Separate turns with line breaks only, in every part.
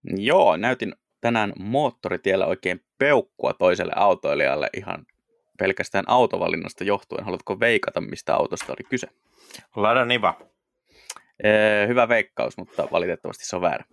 Joo, näytin tänään moottoritiellä oikein peukkua toiselle autoilijalle ihan pelkästään autovalinnasta johtuen. Haluatko veikata, mistä autosta oli kyse?
Lada Niva.
Hyvä veikkaus, mutta valitettavasti se on väärä.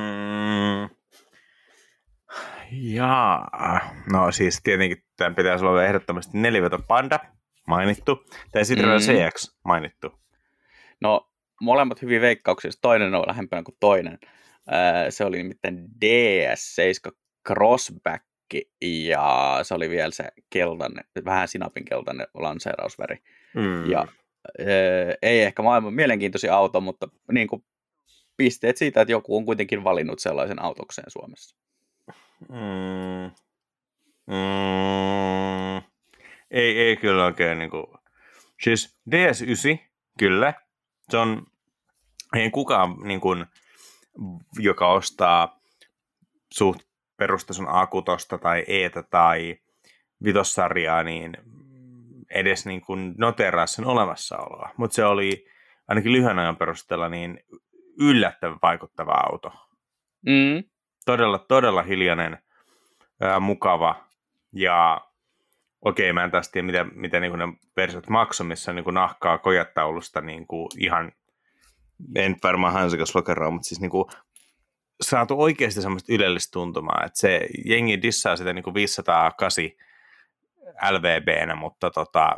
No siis tietenkin tämän pitäisi olla ehdottomasti neliveto Panda, mainittu, tai Citroen CX, mainittu.
No, molemmat hyvin veikkauksia, toinen on lähempänä kuin toinen. Se oli nimittäin DS7 Crossback, ja se oli vielä se keltainen, vähän sinapin keltainen lanseerausväri. Ja ei ehkä maailman mielenkiintoisin auto, mutta niin kuin pisteet siitä, että joku on kuitenkin valinnut sellaisen autokseen Suomessa.
Ei kyllä oikein niin kuin. Siis DS9, kyllä. Se on, ei kukaan niin kuin, joka ostaa suht perustason akutosta tai Etä tai vitossarjaa, niin edes niin kuin noteraa sen olemassaoloa. Mutta se oli ainakin lyhyen ajan perusteella niin yllättävän vaikuttava auto. Todella hiljainen, mukava ja okei, mä en taas tiedä, mitä niin kuin ne versiot maksoi, missä niin kuin nahkaa kojattaulusta niin kuin ihan, en varmaan hansikas lokeroa, mutta siis niin kuin saatu oikeasti semmoista ylellistä tuntumaa, että se jengi dissaa sitä niin kuin 508 LVB:nä, mutta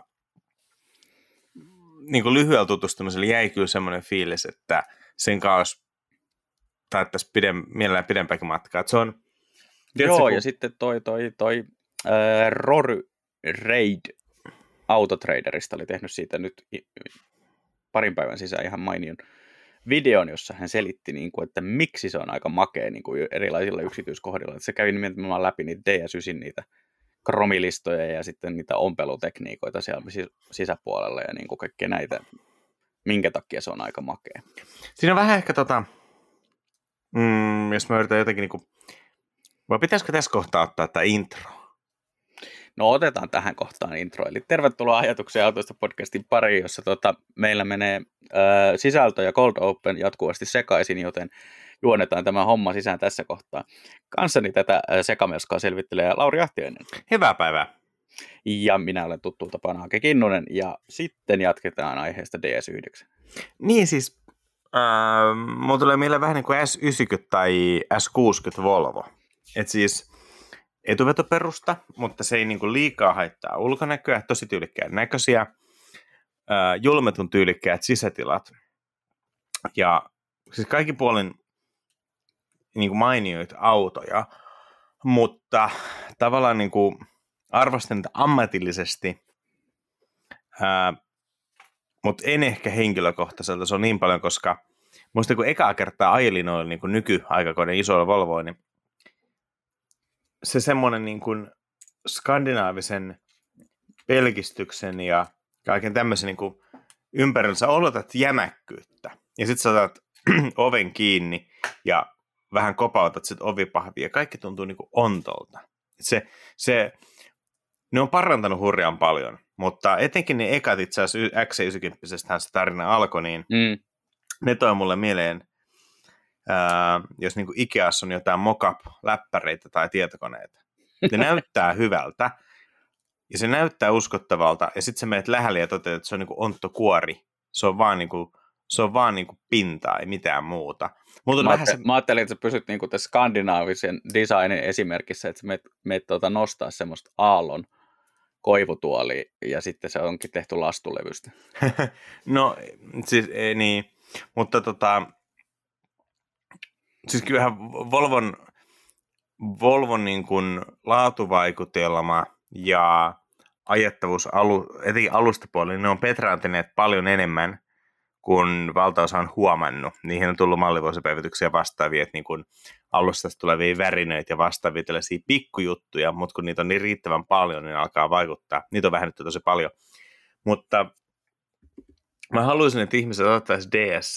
niin kuin lyhyellä tutustumisella jäi kyllä semmoinen fiilis, että sen kanssa taittaisi mielellään pidempääkin matkaa. Se on,
joo, ja sitten toi Rory Raid Autotraderista oli tehnyt siitä nyt parin päivän sisään ihan mainion videon, jossa hän selitti, niin kuin, että miksi se on aika makea niin kuin erilaisilla yksityiskohdilla. Että se kävi nimenomaan läpi niitä DS9, niitä kromilistoja ja sitten niitä ompelutekniikoita siellä sisäpuolella ja niin kuin kaikkea näitä, minkä takia se on aika makea.
Siinä on vähän ehkä jos mä yritän jotenkin niin kuin, vai pitäisikö tässä kohtaa ottaa tämä intro?
No otetaan tähän kohtaan intro. Eli tervetuloa Ajatuksia autoista podcastin pariin, jossa meillä menee sisältö ja Cold Open jatkuvasti sekaisin, joten juonetaan tämä homma sisään tässä kohtaa. Kanssani tätä sekamelskaa selvittelee Lauri Ahtiainen.
Hyvää päivää.
Ja minä olen tuttu tapana Ake Kinnunen, ja sitten jatketaan aiheesta DS9.
Niin siis, mulla tulee mieleen vähän niin kuin S90 tai S60 Volvo. Että siis etuvetoperusta, mutta se ei niin kuin liikaa haittaa ulkonäköä, tosi tyylikkäät näköisiä, julmetun tyylikkäät sisätilat. Ja siis kaikki puolin niin kuin mainioita autoja, mutta tavallaan niin kuin arvostan niitä ammatillisesti, mutta en ehkä henkilökohtaiselta, se on niin paljon, koska muista kun ekaa kertaa ajelin noilla niin kuin nykyaikakoiden isoilla Volvoilla, niin se semmoinen niin kuin skandinaavisen pelkistyksen ja kaiken tämmöisen niin kuin ympärillä sä odotat jämäkkyyttä. Ja sit sä otat oven kiinni ja vähän kopautat sit ovipahvia ja kaikki tuntuu niin kuin ontolta. Ne on parantanut hurjan paljon, mutta etenkin ne ekat itse asiassa X90-stähän se tarina alkoi, niin ne toi mulle mieleen, jos niin kuin Ikeassa on jotain mock-up-läppäreitä tai tietokoneita. Ne näyttää hyvältä ja se näyttää uskottavalta ja sitten sä menet lähelle ja toteat, että se on niin kuin onttokuori. Se on vaan niin kuin pintaa, ei mitään muuta.
Mä ajattelin, että sä pysyt niin kuin tässä skandinaavisen designin esimerkissä, että sä meet nostaa semmoista aallon koivutuolia ja sitten se onkin tehty lastulevystä.
No siis niin, mutta siis kyllähän Volvon niin kuin laatuvaikutelma ja ajettavuus etenkin alustapuolella, niin ne on petraantuneet paljon enemmän kuin valtaosa on huomannut. Niihin on tullut mallivuosipäivityksiä vastaavia, että niin kuin alustasta tulevia värinöitä ja vastaavia tällaisia pikkujuttuja, mutta kun niitä on niin riittävän paljon, niin alkaa vaikuttaa. Niitä on vähennetty tosi paljon. Mutta mä haluaisin, että ihmiset ottaisiin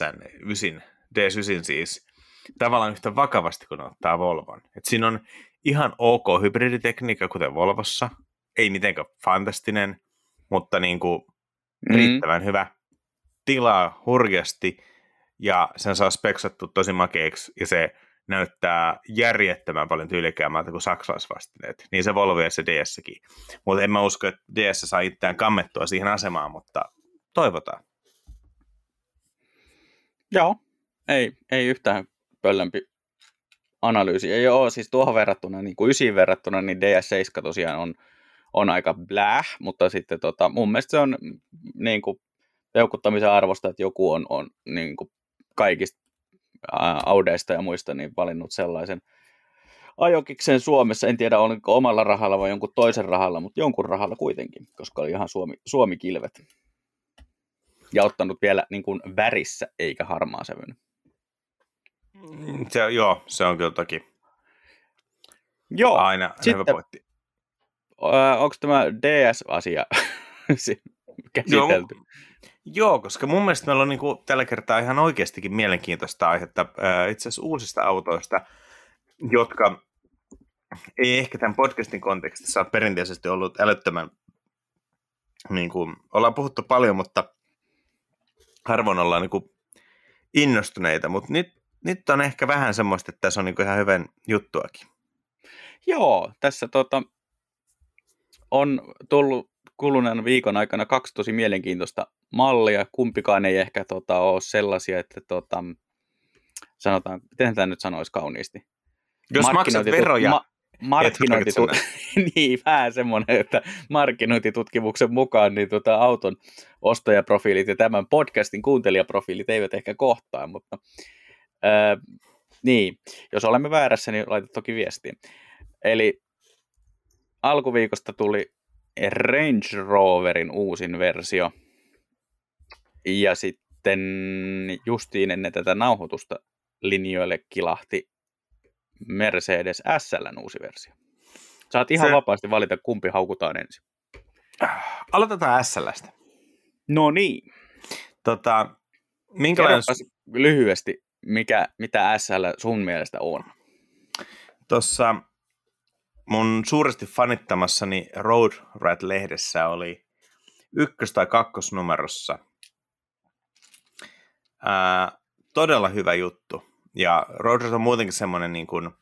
DS9 siis tavallaan yhtä vakavasti, kun ottaa Volvon. Et siinä on ihan ok hybriditekniikka, kuten Volvossa. Ei mitenkään fantastinen, mutta niin kuin riittävän hyvä. Tilaa hurjasti ja sen saa speksattu tosi makeeksi ja se näyttää järjettömän paljon tyylikkäämmältä kuin saksalaisvastineet. Niin se Volvo ja se DS-kin. Mutta en mä usko, että DS saa itseään kammettua siihen asemaan, mutta toivotaan.
Joo, ei yhtään pöllempi analyysi. Ja joo, siis tuohon verrattuna, niin kuin 9 verrattuna, niin DS7 tosiaan on aika bläh, mutta sitten mun mielestä se on niin kuin peukuttamisen arvosta, että joku on niin kuin kaikista Audeista ja muista niin valinnut sellaisen ajokikseen Suomessa. En tiedä, oliko omalla rahalla vai jonkun toisen rahalla, mutta jonkun rahalla kuitenkin, koska oli ihan Suomi-kilvet. Ja ottanut vielä niin kuin värissä, eikä harmaa sävyn.
Se on kyllä toki
Joo.
aina hyvä pointti.
Onko tämä DS-asia käsitelty?
Joo, koska mun mielestä meillä on niin kuin tällä kertaa ihan oikeastikin mielenkiintoista aihetta itse asiassa uusista autoista, jotka ei ehkä tämän podcastin kontekstissa ole perinteisesti ollut älyttömän, niin kuin ollaan puhuttu paljon, mutta harvoin ollaan niin kuin innostuneita, mutta nyt on ehkä vähän semmoista, että tässä on niin kuin ihan hyvän juttuakin.
Joo, tässä on tullut kuluneen viikon aikana 2 tosi mielenkiintoista mallia. Kumpikaan ei ehkä ole sellaisia, että sanotaan, miten tämä nyt sanoisi kauniisti?
Jos maksat veroja,
niin, vähän semmoinen, että markkinointitutkimuksen mukaan niin auton ostajaprofiilit ja tämän podcastin kuuntelijaprofiilit eivät ehkä kohtaa, mutta niin, jos olemme väärässä, niin laita toki viestiin. Eli alkuviikosta tuli Range Roverin uusin versio, ja sitten justiin ennen tätä nauhoitusta linjoille kilahti Mercedes SL:n uusi versio. Saat ihan vapaasti valita, kumpi haukutaan ensin.
Aloitetaan SL:stä.
No niin.
Minkälainen
lyhyesti, mitä SL sun mielestä on?
Tuossa mun suuresti fanittamassani Road Rat-lehdessä oli 1- tai 2-numerossa todella hyvä juttu. Ja Road Rat on muutenkin semmoinen, niin kuin,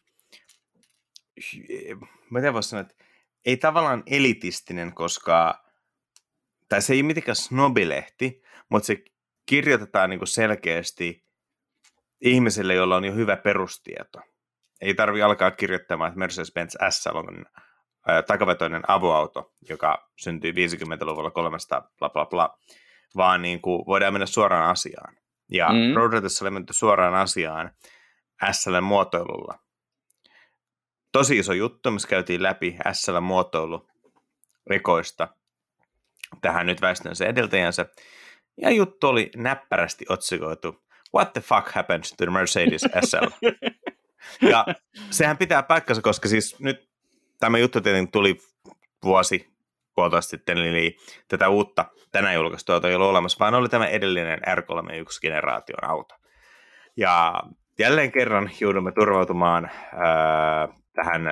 miten voisi sanoa, että ei tavallaan elitistinen, koska, tai se ei mitenkään snobilehti, mutta se kirjoitetaan niin kuin selkeästi ihmisille, joilla on jo hyvä perustieto. Ei tarvitse alkaa kirjoittamaan, että Mercedes-Benz SL on takavetoinen avoauto, joka syntyi 50-luvulla 300 bla bla bla, vaan niin kuin voidaan mennä suoraan asiaan. Ja Road Ratissa oli menty suoraan asiaan SL:n muotoilulla. Tosi iso juttu, missä käytiin läpi SL:n muotoilu ekoista tähän nyt väistönsä edeltäjänsä. Ja juttu oli näppärästi otsikoitu What the fuck happened to the Mercedes SL? Ja sehän pitää paikkansa, koska siis nyt tämä juttu tietenkin tuli puolitoista sitten, eli tätä uutta tänään julkaistua ei ollut olemassa, vaan oli tämä edellinen R31-generaation auto. Ja jälleen kerran joudumme turvautumaan tähän,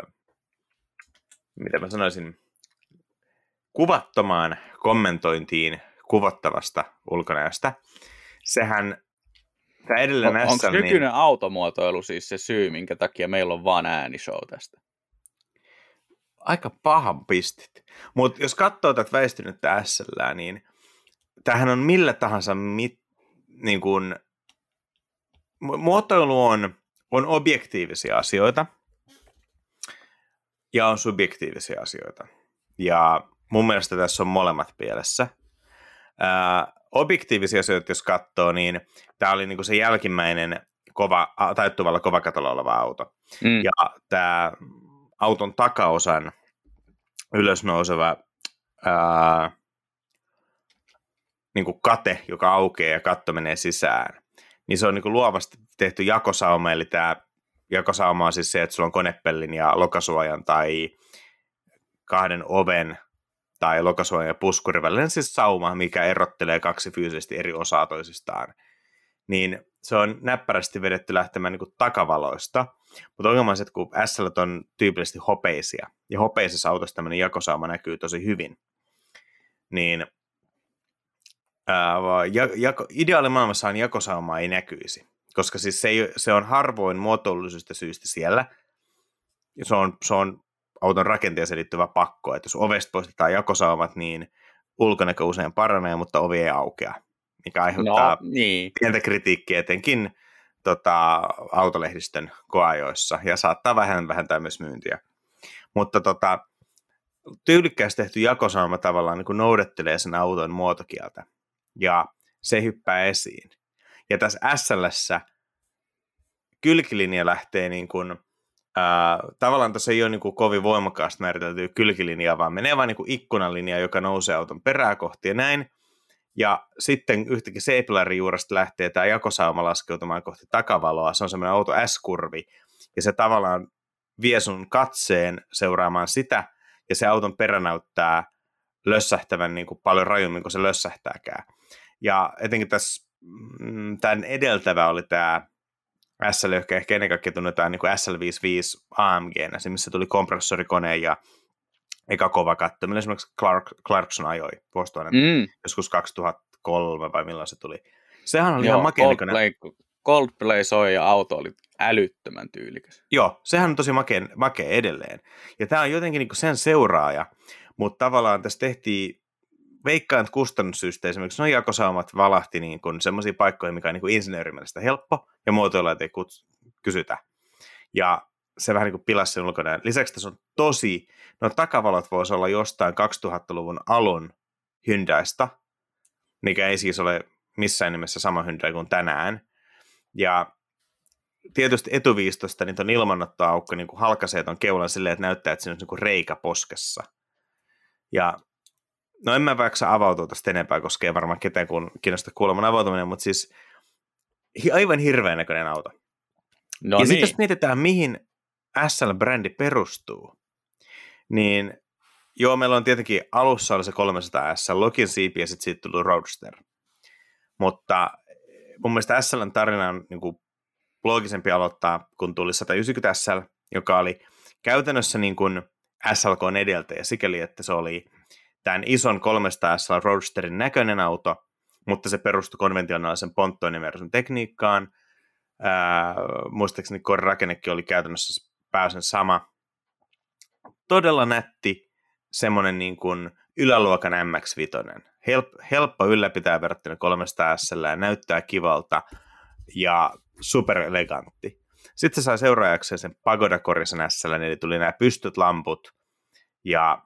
mitä mä sanoisin, kuvattomaan kommentointiin kuvattavasta ulkonäöstä. Sehän tämä edellinen
onko nykyinen automuotoilu siis se syy, minkä takia meillä on vaan äänishow tästä?
Aika pahan pistit. Mutta jos katsoo tätä väistynyttä SL:ää, niin tämähän on millä tahansa niin kun, muotoilu on objektiivisia asioita ja on subjektiivisia asioita. Ja mun mielestä tässä on molemmat pielessä. Objektiivisia asioita, jos katsoo, niin tämä oli niinku se jälkimmäinen taittuvalla kovakatolla oleva auto. Ja tämä auton takaosan ylösnouseva niinku kate, joka aukeaa ja katto menee sisään, niin se on niinku luovasti tehty jakosauma, eli tämä jakosauma on siis se, että sulla on konepellin ja lokasuojan tai 2 oven tai lokasuojan ja puskurin välillä, siis sauma, mikä erottelee 2 fyysisesti eri osaa toisistaan. Niin se on näppärästi vedetty lähtemään niin kuin takavaloista, mutta ongelma on se, että kun SL on tyypillisesti hopeisia, ja hopeisessa autossa tämmöinen jakosauma näkyy tosi hyvin, niin ideaalimaailmassaan jakosaumaa ei näkyisi, koska siis se on harvoin muotoiluisista syistä siellä. Ja se on auton rakenteeseen liittyvä pakko, että jos ovesta poistetaan jakosaumat, niin ulkonäkö usein paranee, mutta ovi ei aukea, mikä aiheuttaa pientä kritiikkiä etenkin autolehdistön koajoissa ja saattaa vähentää myös myyntiä. Mutta tyylikkäästi tehty jakosauma tavallaan niin kuin noudattelee sen auton muotokieltä ja se hyppää esiin. Ja tässä SL:ssä kylkilinja lähtee niin kuin, tavallaan tuossa ei ole niin kuin kovin voimakkaasti määriteltyä kylkilinjaa, vaan menee vain niin kuin ikkunalinja, joka nousee auton perää kohti ja näin. Ja sitten yhtäkkiä C-pilarin juuresta lähtee tämä jakosauma laskeutumaan kohti takavaloa. Se on semmoinen auto S-kurvi. Ja se tavallaan vie sun katseen seuraamaan sitä. Ja se auton perä näyttää lössähtävän niin kuin paljon rajummin kuin se lössähtääkään. Ja etenkin tässä tämän edeltävä oli tämä SL, joka ehkä ennen kaikkea tunnetaan niin kuin SL55 AMG:nä, missä tuli kompressorikone ja eka kova katto, millä esimerkiksi Clarkson ajoi vuosituhannen joskus 2003 vai milloin se tuli. Sehän oli ihan makea.
Coldplay soi ja auto oli älyttömän tyylikäs.
Joo, sehän on tosi makea edelleen. Ja tämä on jotenkin niin kuin sen seuraaja, mutta tavallaan tässä tehtiin veikkaan kustannussyistä esimerkiksi nuo jakosaumat valahti niin kuin semmoisiin paikkoihin, mikä on niin kuin insinöörimielestä helppo ja muotoilla ei kysytä. Ja se vähän niin kuin pilasi sen ulkonäön. Lisäksi tässä on takavalot voisi olla jostain 2000-luvun alun Hyundaista, mikä ei siis ole missään nimessä sama Hyundai kuin tänään. Ja tietysti etuviistosta niin ton ilmanottoaukko niin kuin halkaisee ton keulan silleen, että näyttää, että siinä on niin kuin reikä poskessa. Ja no en mä vaikka avautua tästä enempää, koska ei varmaan ketään kiinnosta kuuleman avautuminen, mutta siis aivan hirveän näköinen auto. No ja niin. Sitten jos mietitään, mihin SL-brändi perustuu, niin joo, meillä on tietenkin alussa oli se 300 SL, Lokin siipi ja sitten siitä tuli Roadster. Mutta mun mielestä SL:n tarina on niin kuin loogisempi aloittaa, kun tuli 190 SL, joka oli käytännössä niin kuin SLK:n edeltäjä sikäli, että se oli tämän ison 300 SL Roadsterin näköinen auto, mutta se perustui konventionaalisen Pontoon-universun tekniikkaan. Muistaakseni rakennekin oli käytännössä pääsen sama. Todella nätti, semmoinen niin kuin yläluokan MX-5. Helppo ylläpitää verrattuna 300 SL, näyttää kivalta ja superelegantti. Sitten se sai seuraajakseen sen Pagoda-korisen SL, eli tuli nämä pystyt lamput ja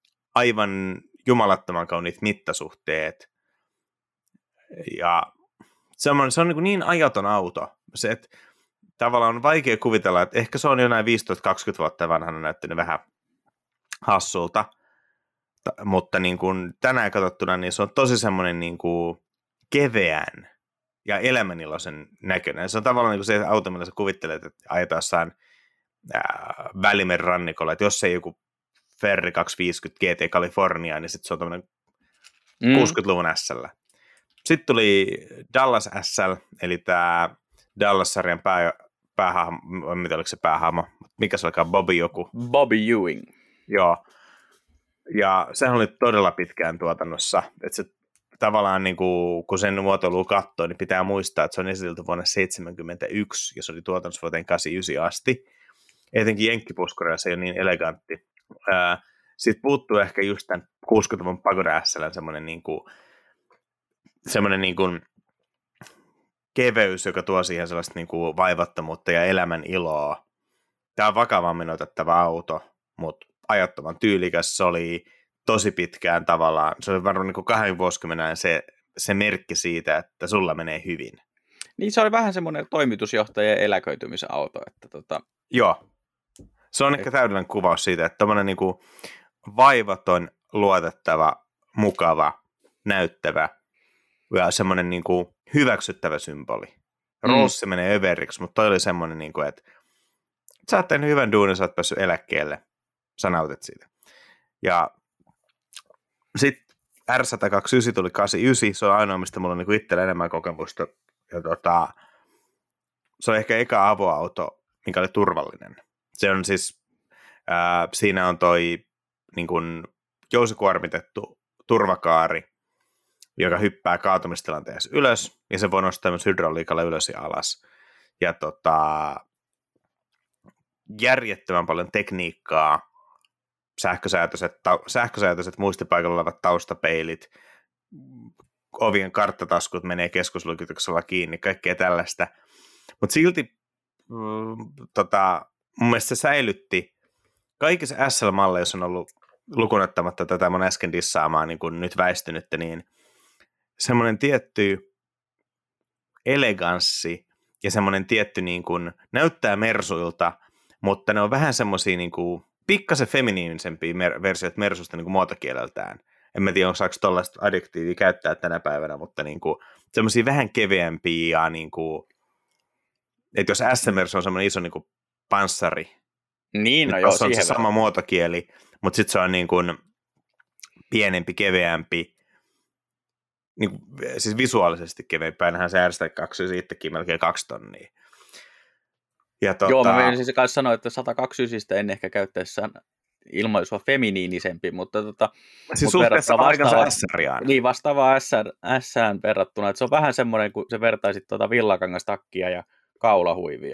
aivan jumalattoman kauniit mittasuhteet. Ja se on niin ajaton auto, se, että tavallaan on vaikea kuvitella, että ehkä se on jo näin 15-20 vuotta vanhana näyttänyt vähän hassulta, mutta niin kuin tänään katsottuna, niin se on tosi semmoinen niin kuin keveän ja elämäniloisen näköinen. Se on tavallaan niin kuin se auto, millä sä kuvittelet, että ajetaan jossain Välimeren rannikolla, että jos ei joku Ferri 250 GT California, niin sitten se on tämmöinen 60-luvun SL. Sitten tuli Dallas SL, eli tämä Dallas-sarjan päähahmo, mitä oliko se päähahmo, mikä se olikaan, Bobby joku?
Bobby Ewing.
Joo, ja sehän oli todella pitkään tuotannossa, että se tavallaan niin kuin, kun sen muotoilua katsoo, niin pitää muistaa, että se on esitelty vuonna 1971, ja se oli tuotannossa vuoteen 1989 asti. Etenkin jenkkipuskurilla se ei ole niin elegantti. Sitten puuttuu ehkä just tämän 60-luvun Pagoda SL:n semmoinen niin kuin keveys, joka tuo siihen sellaista niin kuin vaivattomuutta ja elämän iloa. Tämä on vakavammin otettava auto, mutta ajattoman tyylikäs. Se oli tosi pitkään tavallaan, se oli varmaan niin kuin 2 vuosikymmenen se merkki siitä, että sulla menee hyvin.
Niin se oli vähän semmoinen toimitusjohtajan eläköitymisen auto. Että
Joo, se on ehkä täydellinen kuvaus siitä, että tommoinen niin kuin vaivaton, luotettava, mukava, näyttävä ja semmoinen niin kuin hyväksyttävä symboli. Rossi menee överiksi, mutta toi oli semmoinen, niin kuin, että sä oot tehnyt hyvän duunin, sä oot päässyt eläkkeelle, sä nautit siitä. Ja sitten R129 tuli 89, se on ainoa, mistä mulla on niin itsellä enemmän kokemusta. Ja se on ehkä eka avoauto, mikä oli turvallinen. Se on siis, siinä on toi niin kuin jousikuormitettu turvakaari, joka hyppää kaatumistilanteessa ylös, ja se voi nostaa myös hydrauliikalla ylös ja alas. Ja järjettömän paljon tekniikkaa, sähkösäätöiset muistipaikalla olevat taustapeilit, ovien karttataskut menee keskusluokituksella kiinni, kaikkea tällaista. Mutta silti mun mielestä se säilytti kaikissa SL-malleissa on ollut lukunottamatta tätä mun äsken dissaamaa niin kuin nyt väistynyttä, niin semmoinen tietty eleganssi ja semmoinen tietty niin kuin, näyttää mersuilta, mutta ne on vähän semmoisia niin kuin pikkasen feminiinisempia versioita mersusta niin kuin muotokieleltään. En mä tiedä, saako tollaista adjektiivia käyttää tänä päivänä, mutta niin kuin, semmoisia vähän keveämpiä ja niin kuin, että jos S-mersu on semmoinen iso niin kuin panssari,
niin no joo,
se on se sama muotokieli, mutta sitten se on niin kuin pienempi, keveämpi, niin kuin, siis visuaalisesti keveämpi, ainahan se R129 itsekin melkein 2 tonnia. Ja
joo, mä menin siis kanssa sanoa, että 129 en ehkä käyttäisi ilmaisua feminiinisempi, mutta
siis suhteessa aikansa S-sarjaan.
Niin, vastaavaa S-ään verrattuna, että se on vähän semmoinen, kun se vertaisit villakangastakkia ja kaulahuivia.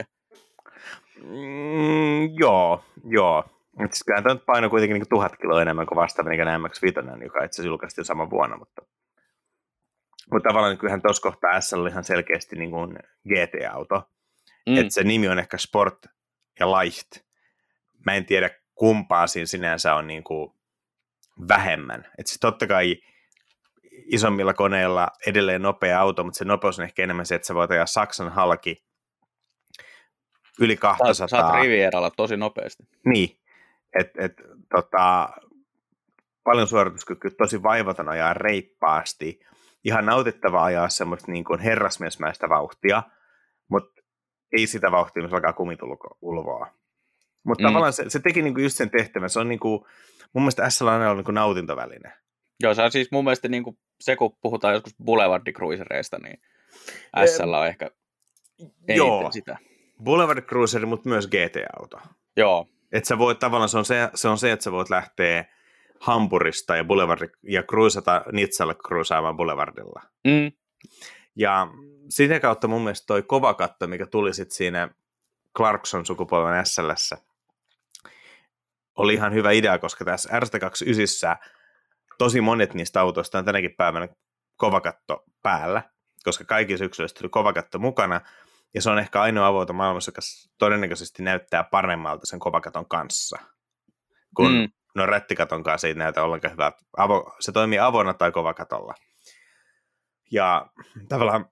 Joo. Siis kyllähän tämä paino kuitenkin niin 1000 kiloa enemmän kuin vastaavinen MX-5, joka itse asiassa julkaistiin saman vuonna, mutta tavallaan niin kyllähän tuossa kohtaa S oli ihan selkeästi niin kuin GT-auto, että se nimi on ehkä Sport ja Light. Mä en tiedä kumpaa siinä sinänsä on niin kuin vähemmän. Että siis totta kai isommilla koneilla edelleen nopea auto, mutta se nopeus on ehkä enemmän se, että sä voit ajaa Saksan halki yli 200.
Saat Rivieralla tosi nopeasti.
Niin, paljon suorituskykyä, tosi vaivaton ajaa reippaasti, ihan nautittava ajaa semmoista niin kuin herrasmiesmäistä vauhtia, mutta ei sitä vauhtia, jos alkaa kumit ulvoa. Mutta tavallaan se teki niinku just sen tehtävän. Se on niinku, mun mielestä SL on ollut niinku nautintoväline.
Joo, se on siis mun mielestä niinku, se, kun puhutaan joskus Boulevard-cruisereista, niin SL on ehkä eniten sitä.
Boulevard-cruiseri, mutta myös GT-auto.
Joo.
Että sä voit tavallaan, se on se, että sä voit lähteä Hampurista ja cruisata Nizzalla cruisaamaan Boulevardilla. Ja sitä kautta mun mielestä toi kova katto, mikä tuli sitten siinä Clarkson-sukupolven SL:ssä, oli ihan hyvä idea, koska tässä R129 tosi monet niistä autoista on tänäkin päivänä kovakatto päällä, koska kaikissa yksilöistä tuli kovakatto mukana, ja se on ehkä ainoa auto maailmassa, joka todennäköisesti näyttää paremmalta sen kovakaton kanssa, kun no rättikaton kanssa ei näytä ollenkaan hyvää. Se toimii avona tai kovakatolla. Ja tavallaan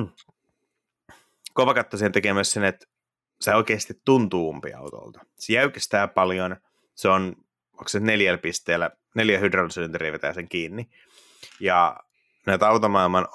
kovakatto siihen tekee myös sen, että se oikeasti tuntuu umpiautolta. Se jäykistää paljon, se on, onko se 4 pisteellä, 4 hydraulisylinderiä vetää sen kiinni. Ja näitä automaailman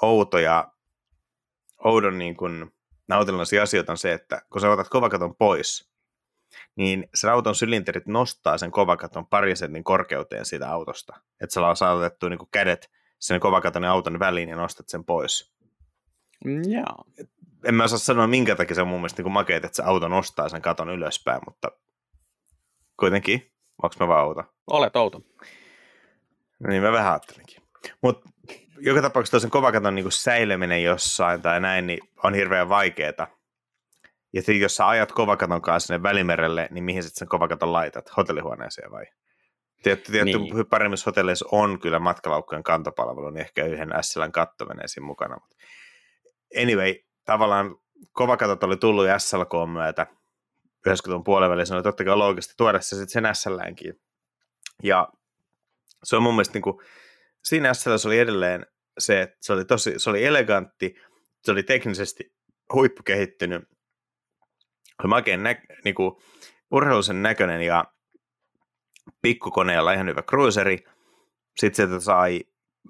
oudon niin kuin nautinnollisia asioita on se, että kun sä otat kovakaton pois, niin se auton sylinterit nostaa sen kovakaton pari sentin korkeuteen siitä autosta. Että sä saa otettua niin kuin kädet sen kovakaton ja auton väliin ja nostat sen pois.
Joo.
En mä osaa sanoa, minkä takia se on mun mielestä niin makeet, että se auto nostaa sen katon ylöspäin, mutta kuitenkin, onko mä vaan outo?
Olet outo.
No niin, mä vähän ajattelinkin. Mutta joka tapauksessa sen kovakaton niin säilyminen jossain tai näin, niin on hirveän vaikeeta. Ja sitten jos sä ajat kovakaton kanssa sinne Välimerelle, niin mihin sitten sen kovakaton laitat? Hotellihuoneeseen vai? Tietty niin. Paremmissa hotelleissa on kyllä matkalaukkujen kantopalvelu, niin ehkä yhden SL:n katto menee siinä mukana. Anyway, tavallaan kovakatot oli tullut SLK:n myötä 90-luvun puolivälissä, oli totta kai loogista tuoda se sitten sen SL:nkin. Ja se on mun mielestä niin kuin, siinä SL:ssä oli edelleen se, että se oli elegantti, se oli teknisesti huippukehittynyt, oli makeen niin kuin urheilullisen näköinen ja pikkukoneella ihan hyvä cruiseri. Sitten se sai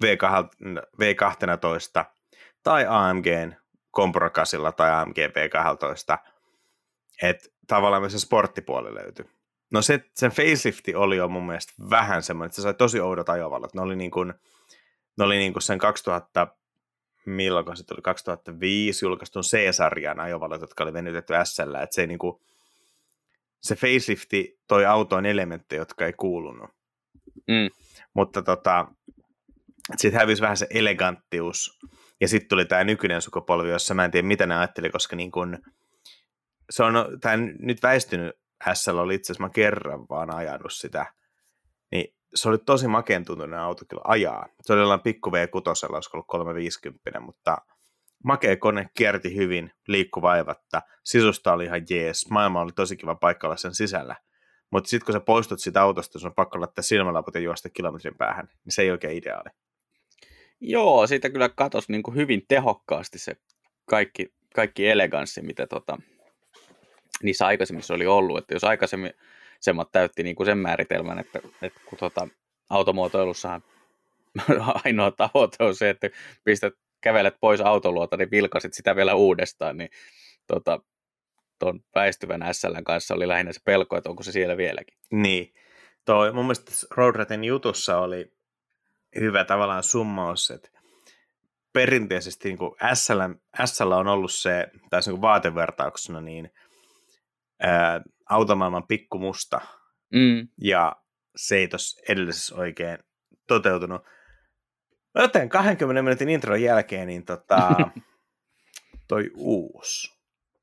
V12 tai AMGn Comprocasilla tai AMG V12. Että tavallaan myös se sporttipuoli löytyi. No sen facelifti oli jo mun mielestä vähän semmoinen, että se sai tosi oudot ajovallat. Ne oli niin kuin sen 2000, milloin se tuli 2005 julkaistun C-sarjan ajovallat, jotka oli venytetty SL. Että se, niin kuin, se facelifti toi autoon elementtejä, jotka ei kuulunut. Mutta Sitten hävisi vähän se eleganttius. Ja sitten tuli tämä nykyinen sukupolvi, jossa mä en tiedä mitä ne ajatteli, koska niin kun, se on tämä nyt väistynyt SL oli itse asiassa, mä kerran vaan ajanut sitä. Niin se oli tosi makeen tuntuinen auto kyllä ajaa. Se oli jollain pikku V6, olisiko ollut 350, mutta makea kone, kierti hyvin, liikkui vaivatta, sisusta oli ihan jees, maailma oli tosi kiva paikka olla sen sisällä. Mutta sitten kun sä poistut siitä autosta, sun on pakko laittaa silmälaput ja juosta kilometrin päähän, niin se ei oikein ideaali.
Joo, siitä kyllä katosi niin kuin hyvin tehokkaasti se kaikki eleganssi, mitä niissä aikaisemmissa oli ollut. Että jos aikaisemmin semmat täytti niin kuin sen määritelmän, että kun automuotoilussahan ainoa tavoite on se, että kävelet pois autoluota, niin vilkasit sitä vielä uudestaan, niin tuon väistyvän SL:n kanssa oli lähinnä se pelko, että onko se siellä vieläkin.
Niin. Mun mielestä Road Raten jutussa oli hyvä tavallaan summaus, että perinteisesti niin kuin SL on ollut se, tai niin kuin vaatevertauksena, niin automaailman pikkumusta, ja se ei tuossa edellisessä oikein toteutunut. Joten 20 minuutin intron jälkeen, niin toi uusi.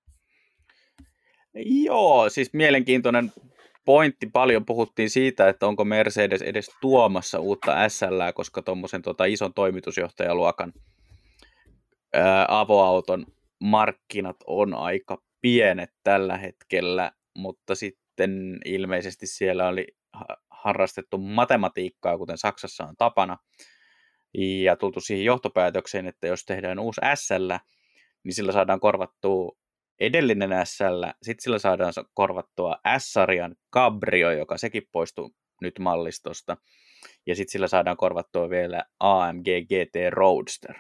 Joo, siis mielenkiintoinen pointti. Paljon puhuttiin siitä, että onko Mercedes edes tuomassa uutta SL:ää, koska tuommoisen ison toimitusjohtajaluokan avoauton markkinat on aika pienet tällä hetkellä, mutta sitten ilmeisesti siellä oli harrastettu matematiikkaa, kuten Saksassa on tapana, ja tultu siihen johtopäätökseen, että jos tehdään uusi SL, niin sillä saadaan korvattua edellinen SL, sitten sillä saadaan korvattua S-sarjan Cabrio, joka sekin poistui nyt mallistosta, ja sitten sillä saadaan korvattua vielä AMG GT Roadster.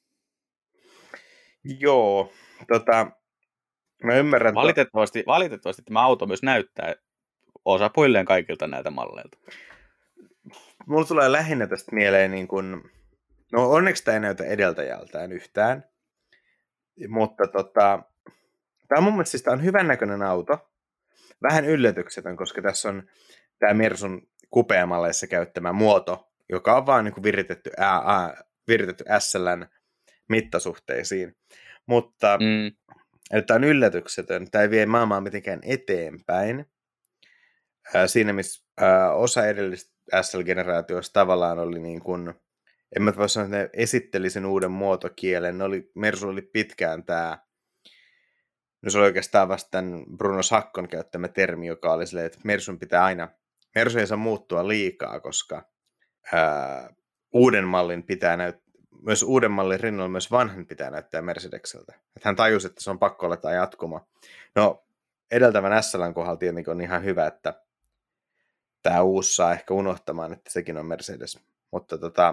Joo, mä ymmärrän.
Valitettavasti tämä auto myös näyttää osapuilleen kaikilta näitä malleilta.
Mulla tulee lähinnä tästä mieleen, niin kun, no onneksi tämä ei näytä edeltäjältään yhtään, mutta tämä on mun mielestä siis on hyvän näköinen auto, vähän yllätyksetön, koska tässä on tämä Mersun kupeamalleissa käyttämä muoto, joka on vaan niin kuin viritetty SL:n mittasuhteisiin, mutta tämä on yllätyksetön, tämä ei vie maailmaa mitenkään eteenpäin. Siinä missä osa edellistä SL-generaatioista tavallaan oli niin kuin, en mä voi sanoa, että ne esitteli sen uuden muotokielen, Mersu oli pitkään tämä, no se oli oikeastaan vasta tämän Bruno Sackon käyttämä termi, joka oli silleen, että Mersu ei saa muuttua liikaa, koska uuden mallin myös uuden mallin rinnalla myös vanhan pitää näyttää Mercedekseltä. Että hän tajusi, että se on pakko olla tämä jatkuma. No, edeltävän SL:n kohdalla tietenkin on ihan hyvä, että tämä uusi saa ehkä unohtamaan, että sekin on Mercedes. Mutta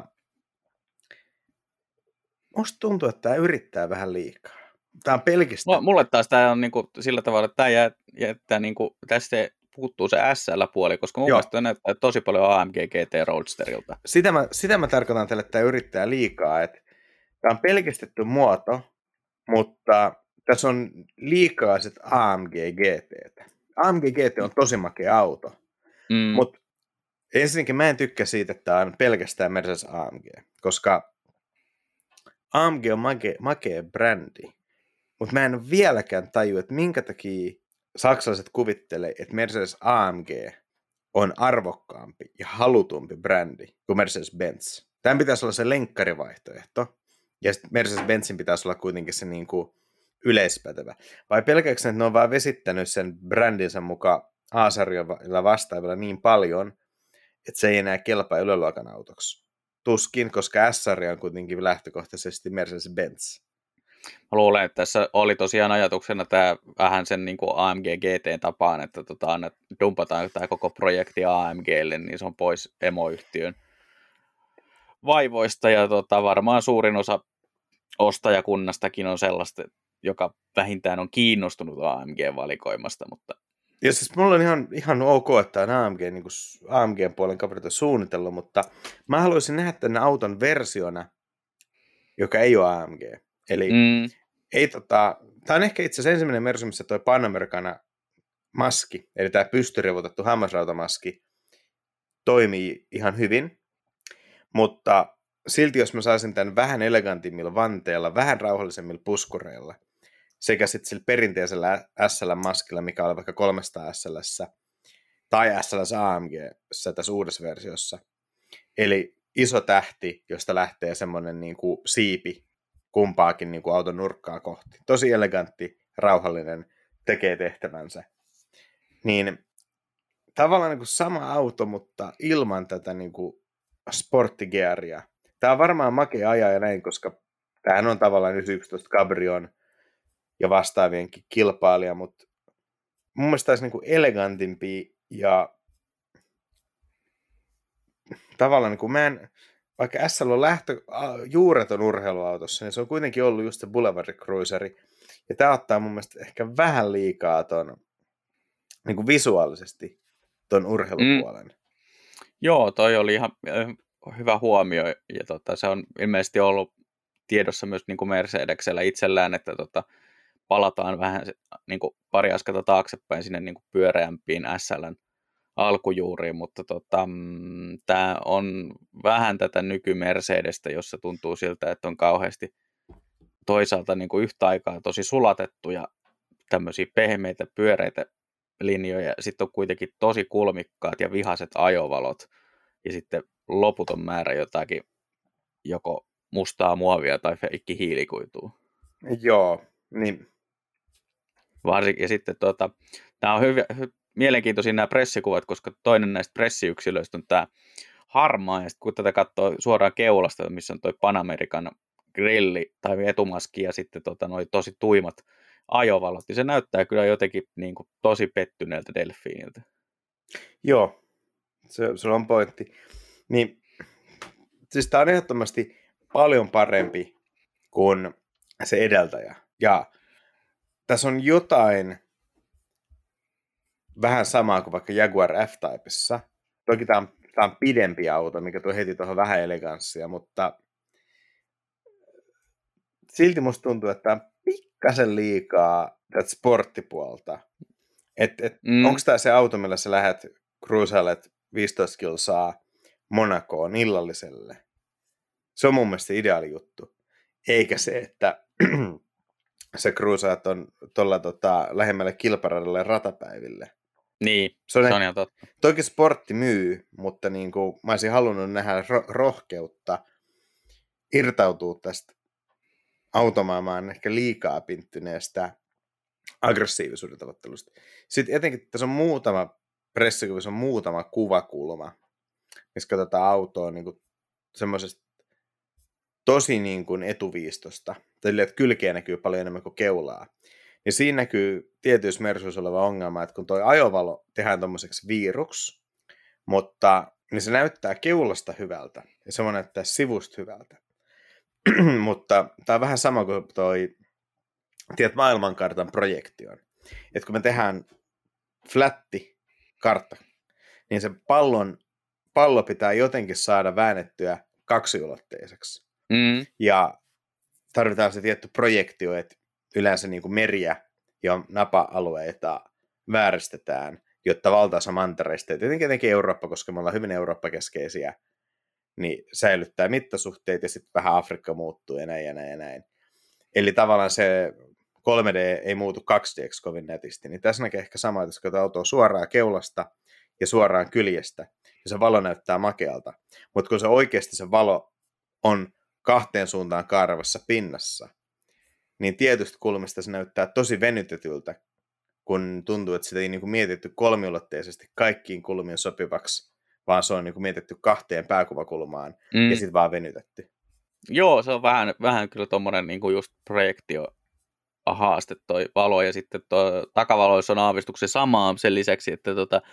musta tuntuu, että tämä yrittää vähän liikaa. Tämä on pelkästään.
No, mulle taas tämä on niinku sillä tavalla, että tämä jättää niinku, tästä puuttuu se SL-puoli, koska mun mielestä näyttää tosi paljon AMG GT Roadsterilta.
Sitä mä tarkoitan tälle, että tämä yrittää liikaa. Että tämä on pelkistetty muoto, mutta tässä on liikaa sit AMG GT. AMG GT on tosi makea auto. Mutta ensinnäkin mä en tykkää siitä, että tämä on pelkästään Mercedes AMG, koska AMG on makea brändi, mutta mä en vieläkään tajua, että minkä takia saksalaiset kuvittelee, että Mercedes AMG on arvokkaampi ja halutumpi brändi kuin Mercedes-Benz. Tämän pitäisi olla se lenkkarivaihtoehto, ja sitten Mercedes-Benzin pitäisi olla kuitenkin se niin kuin yleispätevä. Vai pelkääkö että ne on vaan vesittänyt sen brändinsä mukaan A-sarjoilla vastaavilla niin paljon, että se ei enää kelpaa yläluokan autoksi. Tuskin, koska S-sarja on kuitenkin lähtökohtaisesti Mercedes-Benz.
Mä luulen, että tässä oli tosiaan ajatuksena tämä vähän sen niin kuin AMG GT:n tapaan, että dumpataan tämä koko projekti AMGlle, niin se on pois emoyhtiön vaivoista, ja varmaan suurin osa ostajakunnastakin on sellaista, joka vähintään on kiinnostunut AMG-valikoimasta, mutta
ja siis mulla on ihan ok, että on AMGn puolen kaverit on suunnitellut, mutta mä haluaisin nähdä tänne auton versiona, joka ei ole AMG. Eli ei tämä on ehkä itse asiassa ensimmäinen Mersu, missä toi Panamericana maski, eli tämä pystyrivuutettu hammasrautamaski, toimii ihan hyvin, mutta silti jos mä saisin tämän vähän elegantimmilla vanteilla, vähän rauhallisemmilla puskureilla, sekä sitten sillä perinteisellä SL-maskilla, mikä oli vaikka 300 SL:ssä, tai SLS AMG tässä uudessa versiossa. Eli iso tähti, josta lähtee semmoinen niin kuin siipi kumpaakin niin kuin auton nurkkaa kohti. Tosi elegantti, rauhallinen, tekee tehtävänsä. Niin tavallaan niin kuin sama auto, mutta ilman tätä niin kuin sporttigearia. Tämä on varmaan makea ajaa ja näin, koska tämähän on tavallaan 911 Cabrion ja vastaavienkin kilpailija, mutta mun mielestä olisi niin kuin elegantimpi ja tavallaan niin kuin vaikka SL on juureton urheiluautossa, niin se on kuitenkin ollut just se Boulevard Cruiseri. Ja tämä ottaa mun mielestä ehkä vähän liikaa ton, niin kuin visuaalisesti ton urheilupuolen.
Joo, toi oli ihan hyvä huomio. Ja se on ilmeisesti ollut tiedossa myös niin kuin Mercedeksellä itsellään, että palataan vähän niin kuin pari askelta taaksepäin sinne niin kuin pyöreämpiin SL:n alkujuuriin, mutta tämä on vähän tätä nyky-Mercedestä, jossa tuntuu siltä, että on kauheasti toisaalta niin kuin yhtä aikaa tosi sulatettuja tämmöisiä pehmeitä, pyöreitä linjoja, sitten on kuitenkin tosi kulmikkaat ja vihaiset ajovalot, ja sitten loputon määrä jotakin joko mustaa muovia tai feikki hiilikuitua.
Joo, niin.
Varsinkin, ja sitten nämä on mielenkiintoisia nämä pressikuvat, koska toinen näistä pressiyksilöistä on tämä harmaa, ja sitten kun tätä katsoo suoraan keulasta, missä on toi Panamerikan grilli tai etumaski ja sitten noi tosi tuimat ajovalot, niin se näyttää kyllä jotenkin niin kuin tosi pettyneeltä delfiiniltä.
Joo, se on pointti. Niin, siis tämä on ehdottomasti paljon parempi kuin se edeltäjä. Ja tässä on jotain vähän samaa kuin vaikka Jaguar F-Typessa. Toki tämä on pidempi auto, mikä tuo heti tuohon vähän eleganssia, mutta silti musta tuntuu, että on pikkasen liikaa tätä sporttipuolta. Onko tämä se auto, millä sä lähdet cruisailet 15 kilsaa Monacoon illalliselle? Se on mun mielestä ideaali juttu. Eikä se, että sä cruisaat on tuolla lähemmälle kilparadalle ratapäiville.
Niin, se on ihan totta.
Toki sportti myy, mutta niin kuin, mä olisin halunnut nähdä rohkeutta irtautua tästä automaailmaan ehkä liikaa pinttyneestä aggressiivisuuden tavoittelusta. Sitten etenkin tässä on muutama pressikuvissa on muutama kuvakulma, missä katsotaan autoa niin kuin semmoisesta tosi niin kuin etuviistosta. Eli että kylkeä näkyy paljon enemmän kuin keulaa. Ja siinä näkyy tietyissä Mersuissa oleva ongelma, että kun tuo ajovalo tehdään tommoseksi viiruksi, mutta niin se näyttää keulasta hyvältä ja se voi näyttää sivusta hyvältä. Mutta tämä on vähän sama kuin maailmankartan projektion. Että kun me tehdään flatti kartta, niin se pallo pitää jotenkin saada väännettyä kaksiulotteiseksi. Ja tarvitaan se tietty projektio, että yleensä niin kuin meriä ja napa-alueita vääristetään, jotta valtaosa mantereista, ja tietenkin Eurooppa, koska me ollaan hyvin Eurooppa-keskeisiä, niin säilyttää mittasuhteet ja sitten vähän Afrikka muuttuu ja näin ja näin ja näin. Eli tavallaan se 3D ei muutu 2D:ksi kovin netisti. Niin tässä näkee ehkä sama, että jos katsotaan autoa suoraan keulasta ja suoraan kyljestä, niin se valo näyttää makealta. Mutta kun se oikeasti se valo on kahteen suuntaan kaarevassa pinnassa, niin tietystä kulmista se näyttää tosi venytetyltä, kun tuntuu, että sitä ei niin kuin mietitty kolmiulotteisesti kaikkiin kulmiin sopivaksi, vaan se on niin kuin mietitty kahteen pääkuvakulmaan ja sitten vaan venytetty.
Joo, se on vähän kyllä tommoinen niin kuin just projektio haaste toi valo, ja sitten takavaloissa on aavistuksen samaa sen lisäksi, että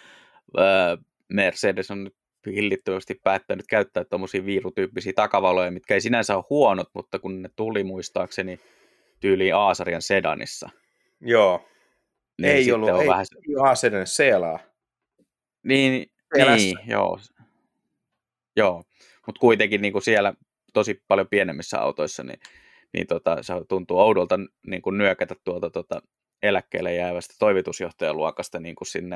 Mercedes on nyt hillittömästi päättänyt käyttää tommosia viirutyyppisiä takavaloja, mitkä ei sinänsä ole huonot, mutta kun ne tuli muistaakseni tyyliin A-sarjan sedanissa.
Joo.
Niin
ei ollut vähän A-sedan Seelaa.
Niin, joo. Joo, mutta kuitenkin niin kuin siellä tosi paljon pienemmissä autoissa, niin se tuntuu oudolta niin kuin nyökätä tuolta eläkkeelle jäävästä toimitusjohtajan luokasta niin kuin sinne,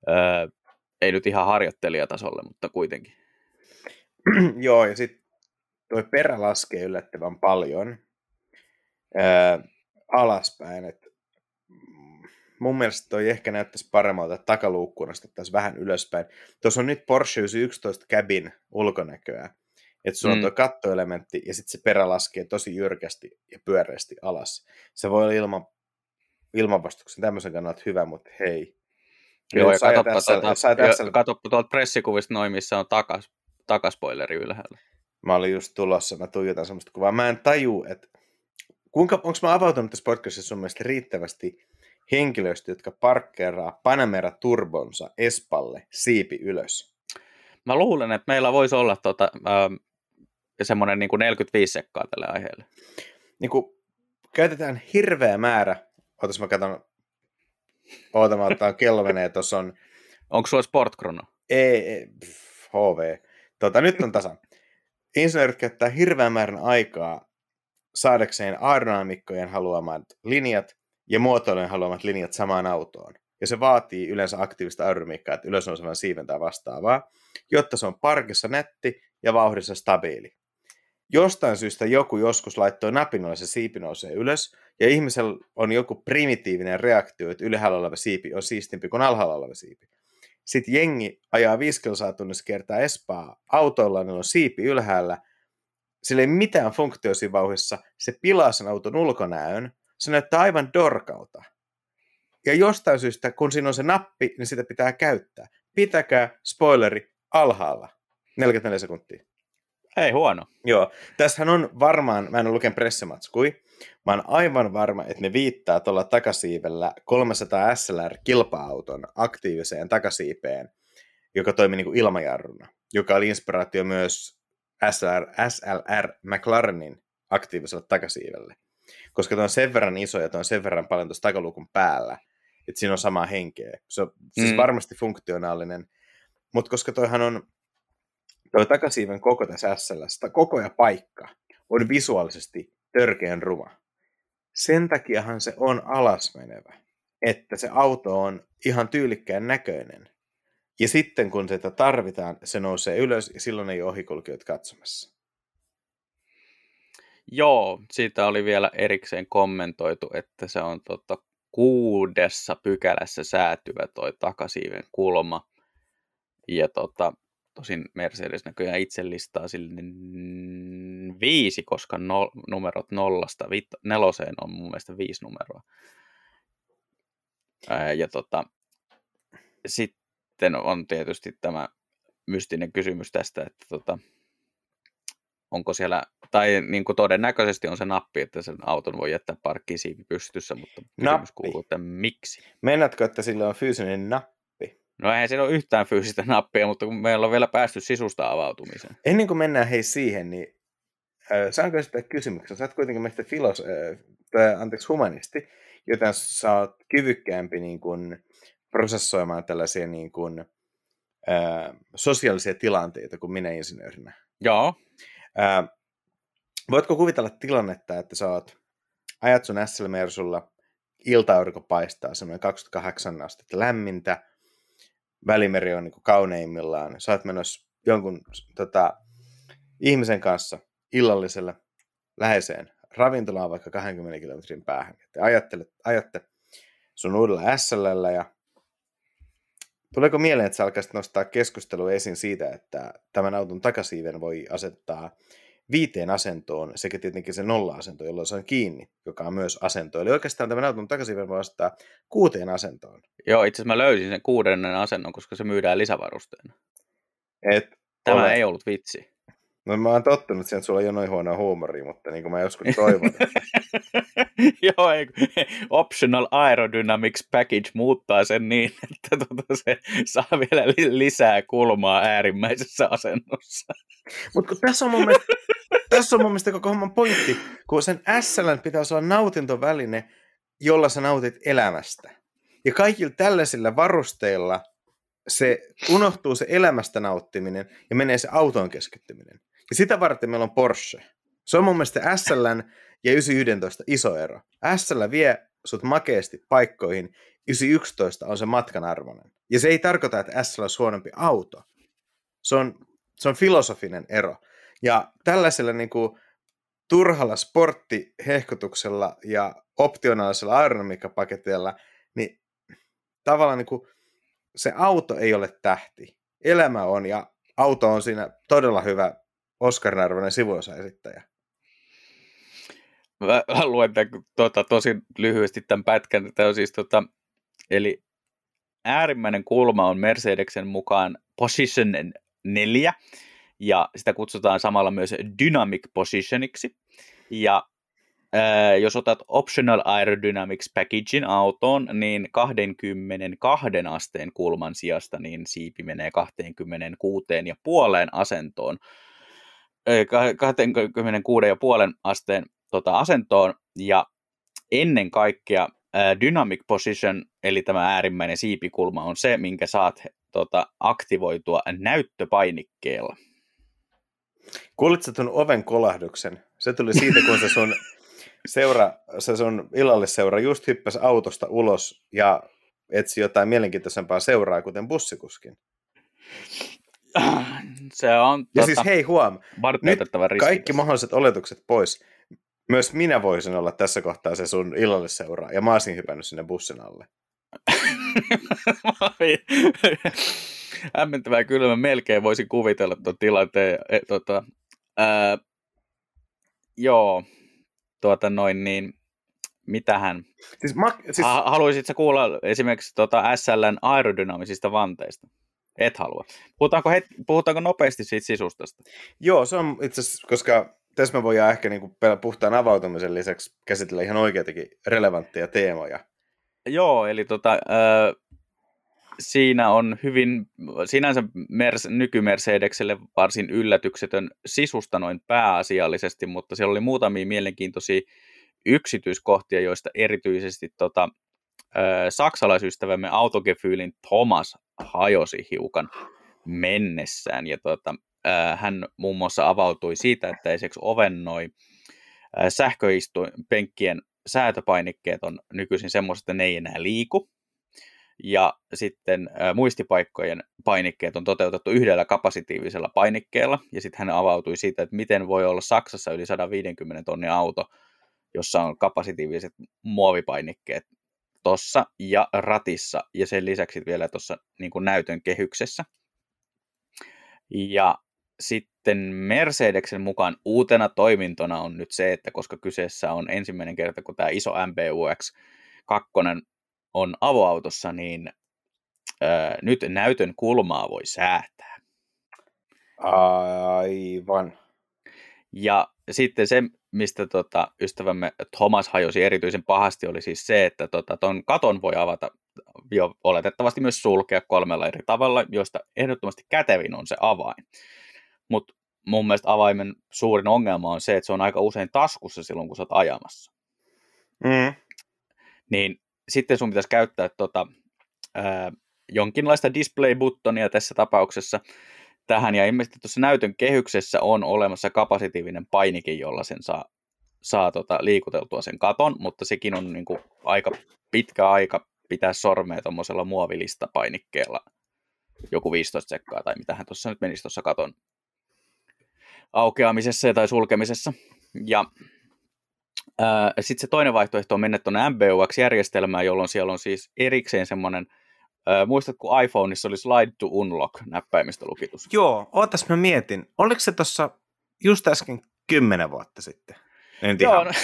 ei nyt ihan harjoittelijatasolle, mutta kuitenkin.
Joo, ja sitten toi perä laskee yllättävän paljon alaspäin. Et mun mielestä toi ehkä näyttäisi paremmalta, että takaluukkuun nostettaisiin vähän ylöspäin. Tuossa on nyt Porsche 911 Cabin ulkonäköä. Että sulla on tuo kattoelementti ja sitten se perä laskee tosi jyrkästi ja pyöreästi alas. Se voi olla ilmanvastuksen tämmöisen kannalta hyvä, mutta hei.
Joo, ja katsoppa tuolta pressikuvista noin, missä on takaspoileri ylhäällä.
Mä olin just tulossa, mä tuijotan semmoista kuvaa. Mä en taju, että onko mä avautunut tässä podcastissa sun mielestä riittävästi henkilöistä, jotka parkkeeraa Panamera Turbonsa Espalle siipi ylös?
Mä luulen, että meillä voisi olla semmoinen niin kuin 45 sekkaa tälle aiheelle.
Niin kuin käytetään hirveä määrä. Ootas mä katson. Ootama, kello menee. Tuossa on.
Onko sulla sportkrono?
Ei, HV. Nyt on tasan. Insinöörit käyttää hirveän määrän aikaa saadakseen aerodynamikkojen haluamat linjat ja muotoilujen haluamat linjat samaan autoon. Ja se vaatii yleensä aktiivista aerodynamiikkaa, että ylösnousevan siiven tai vastaavaa, jotta se on parkissa nätti ja vauhdissa stabiili. Jostain syystä joku joskus laittoi napin, jolla se siipi nousee ylös, ja ihmisellä on joku primitiivinen reaktio, että ylhäällä oleva siipi on siistimpi kuin alhaalla oleva siipi. Sitten jengi ajaa 5 kilsaa tunnissa kiertää Espaa autoilla, niillä on siipi ylhäällä, sillä ei mitään funktio siinä vauhdissa, se pilaa sen auton ulkonäön, se näyttää aivan dorkalta. Ja jostain syystä, kun siinä on se nappi, niin sitä pitää käyttää. Pitäkää spoileri alhaalla. 44 sekuntia.
Ei huono.
Joo, tässähän on varmaan, mä en ole lukenut pressimatskui, mä oon aivan varma, että ne viittaa tuolla takasiivellä 300 SLR kilpa-auton aktiiviseen takasiipeen, joka toimi niin kuin ilmajarruna, joka oli inspiraatio myös SLR McLarenin aktiiviselle takasiivelle. Koska tuo on sen verran iso ja tuo on sen verran paljon tuossa takaluukun päällä, että siinä on samaa henkeä. Se on siis varmasti funktionaalinen, mutta koska toihan on tuo takasiiven koko tässä SL:stä, koko ja paikka, on visuaalisesti törkeän ruma. Sen takiahan se on alasmenevä, että se auto on ihan tyylikkään näköinen. Ja sitten kun sitä tarvitaan, se nousee ylös ja silloin ei ole ohikulkijoita katsomassa.
Joo, siitä oli vielä erikseen kommentoitu, että se on 6. pykälässä säätyvä toi takasiiven kulma. Ja tosin Mercedes näköjään itse listaa sille 5, koska numerot 0-4 on mun mielestä 5 numeroa. Ja sitten on tietysti tämä mystinen kysymys tästä, että onko siellä, tai niin kuin todennäköisesti on se nappi, että sen auton voi jättää parkkiin siipi pystyssä, mutta kysymys kuuluu, että miksi?
Mennätkö, että sillä on fyysinen nappi?
No eihän siinä ole yhtään fyysistä nappia, mutta kun meillä on vielä päästy sisusta avautumiseen.
Ennen kuin mennään siihen, niin saanko esittää kysymyksen? Sä oot kuitenkin meistä humanisti, joten sä oot kyvykkäämpi niin kuin prosessoimaan tällaisia niin kuin, sosiaalisia tilanteita kuin minä insinöörinä.
Joo.
Voitko kuvitella tilannetta, että sä ajat sun SL-mersulla, ilta-aurinko paistaa, semmoinen 28 astetta lämmintä, Välimeri on niin kuin kauneimmillaan, sä oot menossa jonkun ihmisen kanssa illalliselle läheiseen ravintolaan vaikka 20 kilometrin päähän. Te ajatte sun uudella SL:llä ja tuleeko mieleen, että sä alkaisit nostaa keskustelua esiin siitä, että tämän auton takasiiven voi asettaa 5 asentoon sekä tietenkin se 0-asento, jolloin se on kiinni, joka on myös asento. Eli oikeastaan tämän auton takasiiven voi asettaa 6 asentoon.
Joo, itse asiassa mä löysin sen 6. asennon, koska se myydään lisävarusteena. Tämä ei ollut vitsi.
No mä oon tottunut siihen, että sulla on jo noin huonoa huumoria, mutta niin kuin mä joskus toivon.
Joo, Optional Aerodynamics Package muuttaa sen niin, että se saa vielä lisää kulmaa äärimmäisessä asennossa.
Mutta tässä on mun mielestä koko homman pointti, kun sen SL:n pitäisi olla nautintoväline, jolla sä nautit elämästä. Ja kaikilla tällaisilla varusteilla se unohtuu se elämästä nauttiminen ja menee se autoon keskittyminen. Ja sitä varten meillä on Porsche. Se on mun mielestä SL:n ja 911 iso ero. SL vie sut makeasti paikkoihin, 911 on se matkan arvoinen. Ja se ei tarkoita, että SL on huonompi auto. Se on filosofinen ero. Ja tällaisella niin kuin turhalla sporttihehkutuksella ja optionaalisella aerodynamiikkapaketilla, niin tavallaan niin kuin se auto ei ole tähti. Elämä on, ja auto on siinä todella hyvä Oscar-arvoinen sivuosaesittäjä.
Mä luen tämän, tosi lyhyesti tämän pätkän. Tämä on siis, eli äärimmäinen kulma on Mercedeksen mukaan Position 4, ja sitä kutsutaan samalla myös Dynamic Positioniksi. Ja jos otat Optional Aerodynamics Packagein autoon, niin 22 asteen kulman sijasta niin siipi menee 26,5 asentoon. 26,5 asteen asentoon, ja ennen kaikkea Dynamic Position, eli tämä äärimmäinen siipikulma, on se, minkä saat aktivoitua näyttöpainikkeella.
Kuulitko tuon oven kolahduksen? Se tuli siitä, kun se sun illallisseura just hyppäsi autosta ulos ja etsi jotain mielenkiintoisempaa seuraa, kuten bussikuskin.
Se on
ja siis hei huom, nyt kaikki
tässä.
mahdolliset oletukset pois. Myös minä voisin olla tässä kohtaa se sun illallisseura, ja mä olisin hypännyt sinne bussin alle.
Hämmentävää kyllä, mä melkein voisin kuvitella tuon tilanteen. Joo, niin, mitähän? Haluaisitko kuulla esimerkiksi SL:n aerodynamisista vanteista? Et halua. Puhutaanko nopeasti siitä sisustasta?
Joo, se on itse asiassa, koska tässä me voidaan ehkä niinku puhtaan avautumisen lisäksi käsitellä ihan oikeitakin relevantteja teemoja.
Joo, eli siinä on hyvin, sinänsä nyky-Mercedekselle varsin yllätyksetön sisusta noin pääasiallisesti, mutta siellä oli muutamia mielenkiintoisia yksityiskohtia, joista erityisesti saksalaisystävämme autogefyylin Thomas hajosi hiukan mennessään, ja hän muun muassa avautui siitä, että esimerkiksi ovennoi sähköistuinpenkkien säätöpainikkeet on nykyisin semmoiset, että ne ei enää liiku, ja sitten muistipaikkojen painikkeet on toteutettu yhdellä kapasitiivisella painikkeella, ja sitten hän avautui siitä, että miten voi olla Saksassa yli 150 tonnin auto, jossa on kapasitiiviset muovipainikkeet tuossa ja ratissa, ja sen lisäksi vielä tuossa niin kuin näytön kehyksessä. Ja sitten Mercedeksen mukaan uutena toimintona on nyt se, että koska kyseessä on ensimmäinen kerta, kun tämä iso MBUX 2 on avoautossa, niin nyt näytön kulmaa voi säätää.
Aivan.
Ja sitten se, mistä ystävämme Thomas hajosi erityisen pahasti, oli siis se, että ton katon voi avata jo oletettavasti myös sulkea 3 eri tavalla, joista ehdottomasti kätevin on se avain. Mutta mun mielestä avaimen suurin ongelma on se, että se on aika usein taskussa silloin, kun sä oot ajamassa. Niin sitten sun pitäisi käyttää jonkinlaista display-buttonia tässä tapauksessa tähän, ja ilmeisesti tuossa näytön kehyksessä on olemassa kapasitiivinen painike, jolla sen saa liikuteltua sen katon, mutta sekin on niin kuin aika pitkä aika pitää sormea tuommoisella muovilistapainikkeella joku 15 sekkaa, tai mitähän tuossa nyt menisi tuossa katon aukeamisessa tai sulkemisessa. Ja sitten se toinen vaihtoehto on mennä tuonne MBUX-järjestelmään, jolloin siellä on siis erikseen semmoinen, muistatko iPhoneissa oli slide to unlock näppäimistölukitus?
Joo, ootas mä mietin. Oliko se tuossa just äsken 10 vuotta sitten? En tiedä.
Joo, no.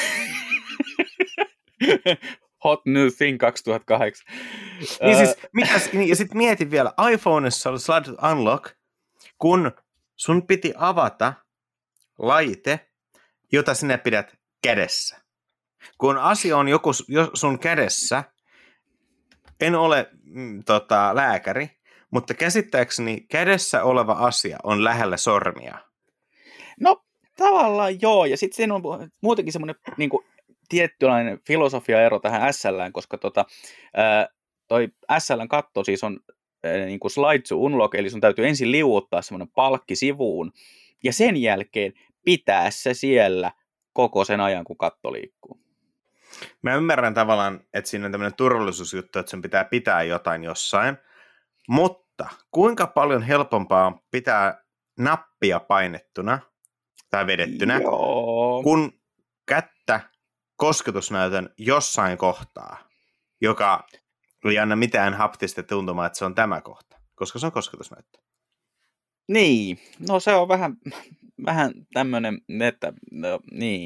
Hot new thing 2008.
Niin siis, ja sitten mietin vielä, iPhoneissa oli slide to unlock, kun sun piti avata laite, jota sinä pidät kädessä. Kun asia on joku sun kädessä, en ole lääkäri, mutta käsittääkseni kädessä oleva asia on lähellä sormia.
No tavallaan joo, ja sitten siinä on muutenkin semmoinen niin kuin tietynlainen filosofiaero tähän SL:ään, koska toi SL:n katto siis on niin kuin slide to unlock, eli sun täytyy ensin liuuttaa semmoinen palkki sivuun, ja sen jälkeen pitää se siellä koko sen ajan, kun katto liikkuu.
Mä ymmärrän tavallaan, että siinä on tämmöinen turvallisuusjuttu, että sen pitää jotain jossain, mutta kuinka paljon helpompaa on pitää nappia painettuna tai vedettynä,
Joo.
kun kättä kosketusnäytön jossain kohtaa, joka ei anna mitään haptista tuntumaa, että se on tämä kohta, koska se on kosketusnäyttö.
Niin, no se on vähän tämmöinen, että no,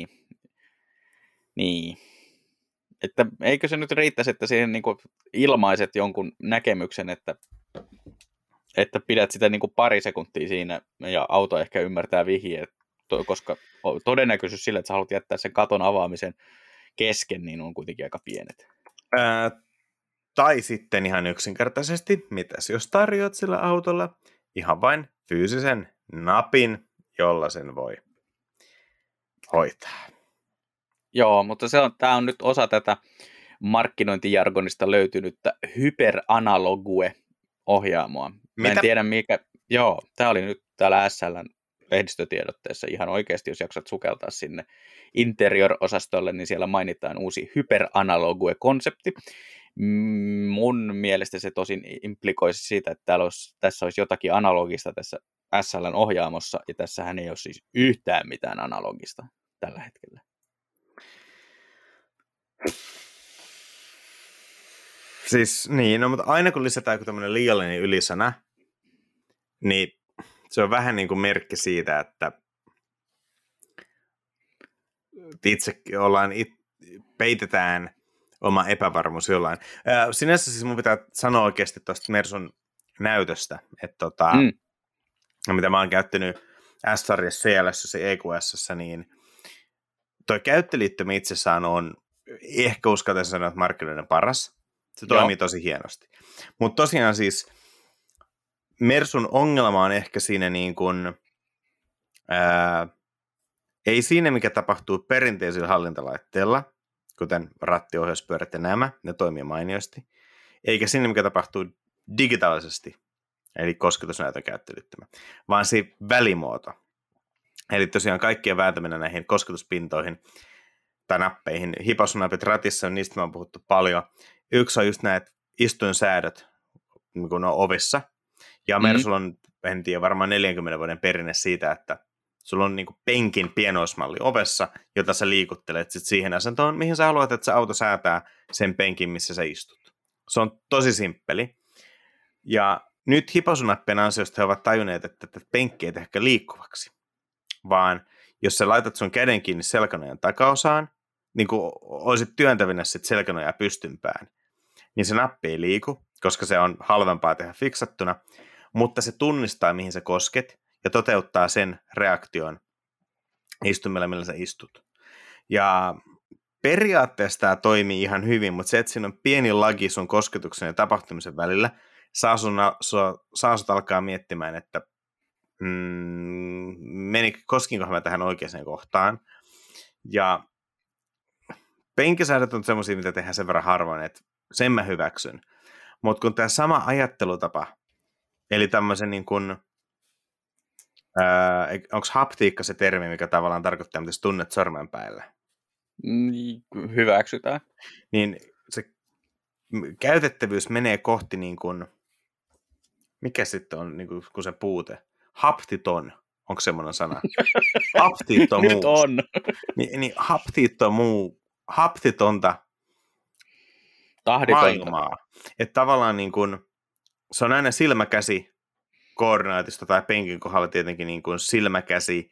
niin. Että eikö se nyt riittäisi, että siihen niin kuin ilmaiset jonkun näkemyksen, että pidät sitä niin kuin pari sekuntia siinä ja auto ehkä ymmärtää vihjeet, koska todennäköisyys sillä, että sä haluat jättää sen katon avaamisen kesken, niin on kuitenkin aika pienet.
Tai sitten ihan yksinkertaisesti, mitäs jos tarjoat sillä autolla ihan vain fyysisen napin, jolla sen voi hoitaa.
Joo, mutta tämä on nyt osa tätä markkinointijargonista löytynyttä hyperanalogue-ohjaamoa. Mä en tiedä mikä. Joo, tämä oli nyt täällä SL:n lehdistötiedotteessa ihan oikeasti, jos jaksat sukeltaa sinne interior-osastolle, niin siellä mainitaan uusi hyperanalogue-konsepti. Mun mielestä se tosin implikoisi siitä, että tässä olisi jotakin analogista tässä SL:n ohjaamossa, ja tässähän ei ole siis yhtään mitään analogista tällä hetkellä.
Siis niin, no, mutta aina kun lisätään joku tämmöinen liiallinen ylisana, niin se on vähän niin kuin merkki siitä, että itse peitetään oma epävarmuus jollain. Sinänsä siis mun pitää sanoa oikeasti tuosta Mersun näytöstä, että mitä mä oon käyttänyt S-sarjassa, CLS ja EQS:ssä, niin toi käyttöliittymä itsessään on ehkä uskaltaisin sanoa, että markkinoiden paras. Se toimii tosi hienosti. Mutta tosiaan siis Mersun ongelma on ehkä siinä niin kuin, ei siinä, mikä tapahtuu perinteisillä hallintalaitteilla, kuten rattiohjauspyörät ja nämä, ne toimii mainiosti, eikä siinä, mikä tapahtuu digitaalisesti, eli kosketusnäytön käyttöliittymä, vaan se välimuoto. Eli tosiaan kaikkien vääntäminen näihin kosketuspintoihin tai nappeihin. Hipasnapit ratissa, niistä me on puhuttu paljon. Yksi on just näitä istuinsäädöt, niin kuin on ovissa. Ja Mersulla on, en tiedä, varmaan 40 vuoden perinne siitä, että sulla on niin kuin penkin pienoismalli ovessa, jota sä liikuttelet sit siihen asentoon, mihin sä haluat, että se auto säätää sen penkin, missä sä istut. Se on tosi simppeli. Ja nyt Hipasunappien ansiosta he ovat tajunneet, että tätä penkkiä ei tehdä liikkuvaksi, vaan jos sä laitat sun käden kiinni selkänojan takaosaan, niin kuin olisit työntävinä sit selkänojaa pystympään, niin se nappi ei liiku, koska se on halvempaa tehdä fiksattuna, mutta se tunnistaa, mihin sä kosket, ja toteuttaa sen reaktion istumella, millä sä istut. Ja periaatteessa tämä toimii ihan hyvin, mutta se, että siinä on pieni lagi sun kosketuksen ja tapahtumisen välillä, saa sut alkaa miettimään, että koskinkohan mä tähän oikeaan kohtaan. Ja penkisäädöt on semmoisia, mitä tehdään sen verran harvoin, että sen mä hyväksyn. Mutta kun tämä sama ajattelutapa, eli tämmöisen niin kuin, onko haptiikka se termi, mikä tavallaan tarkoittaa, mitä sä tunnet sormenpäillä?
Hyväksytään.
Niin se käytettävyys menee kohti niin kuin, mikä sitten on niin kuin, kun se puute? Haptiton. Onko semmoinen sana? Haptittomuus.
Nyt on.
Niin haptitonta maailmaa. Että tavallaan niin kuin, se on aina silmäkäsi koordinaatista tai penkin kohdalla tietenkin niin kuin silmäkäsi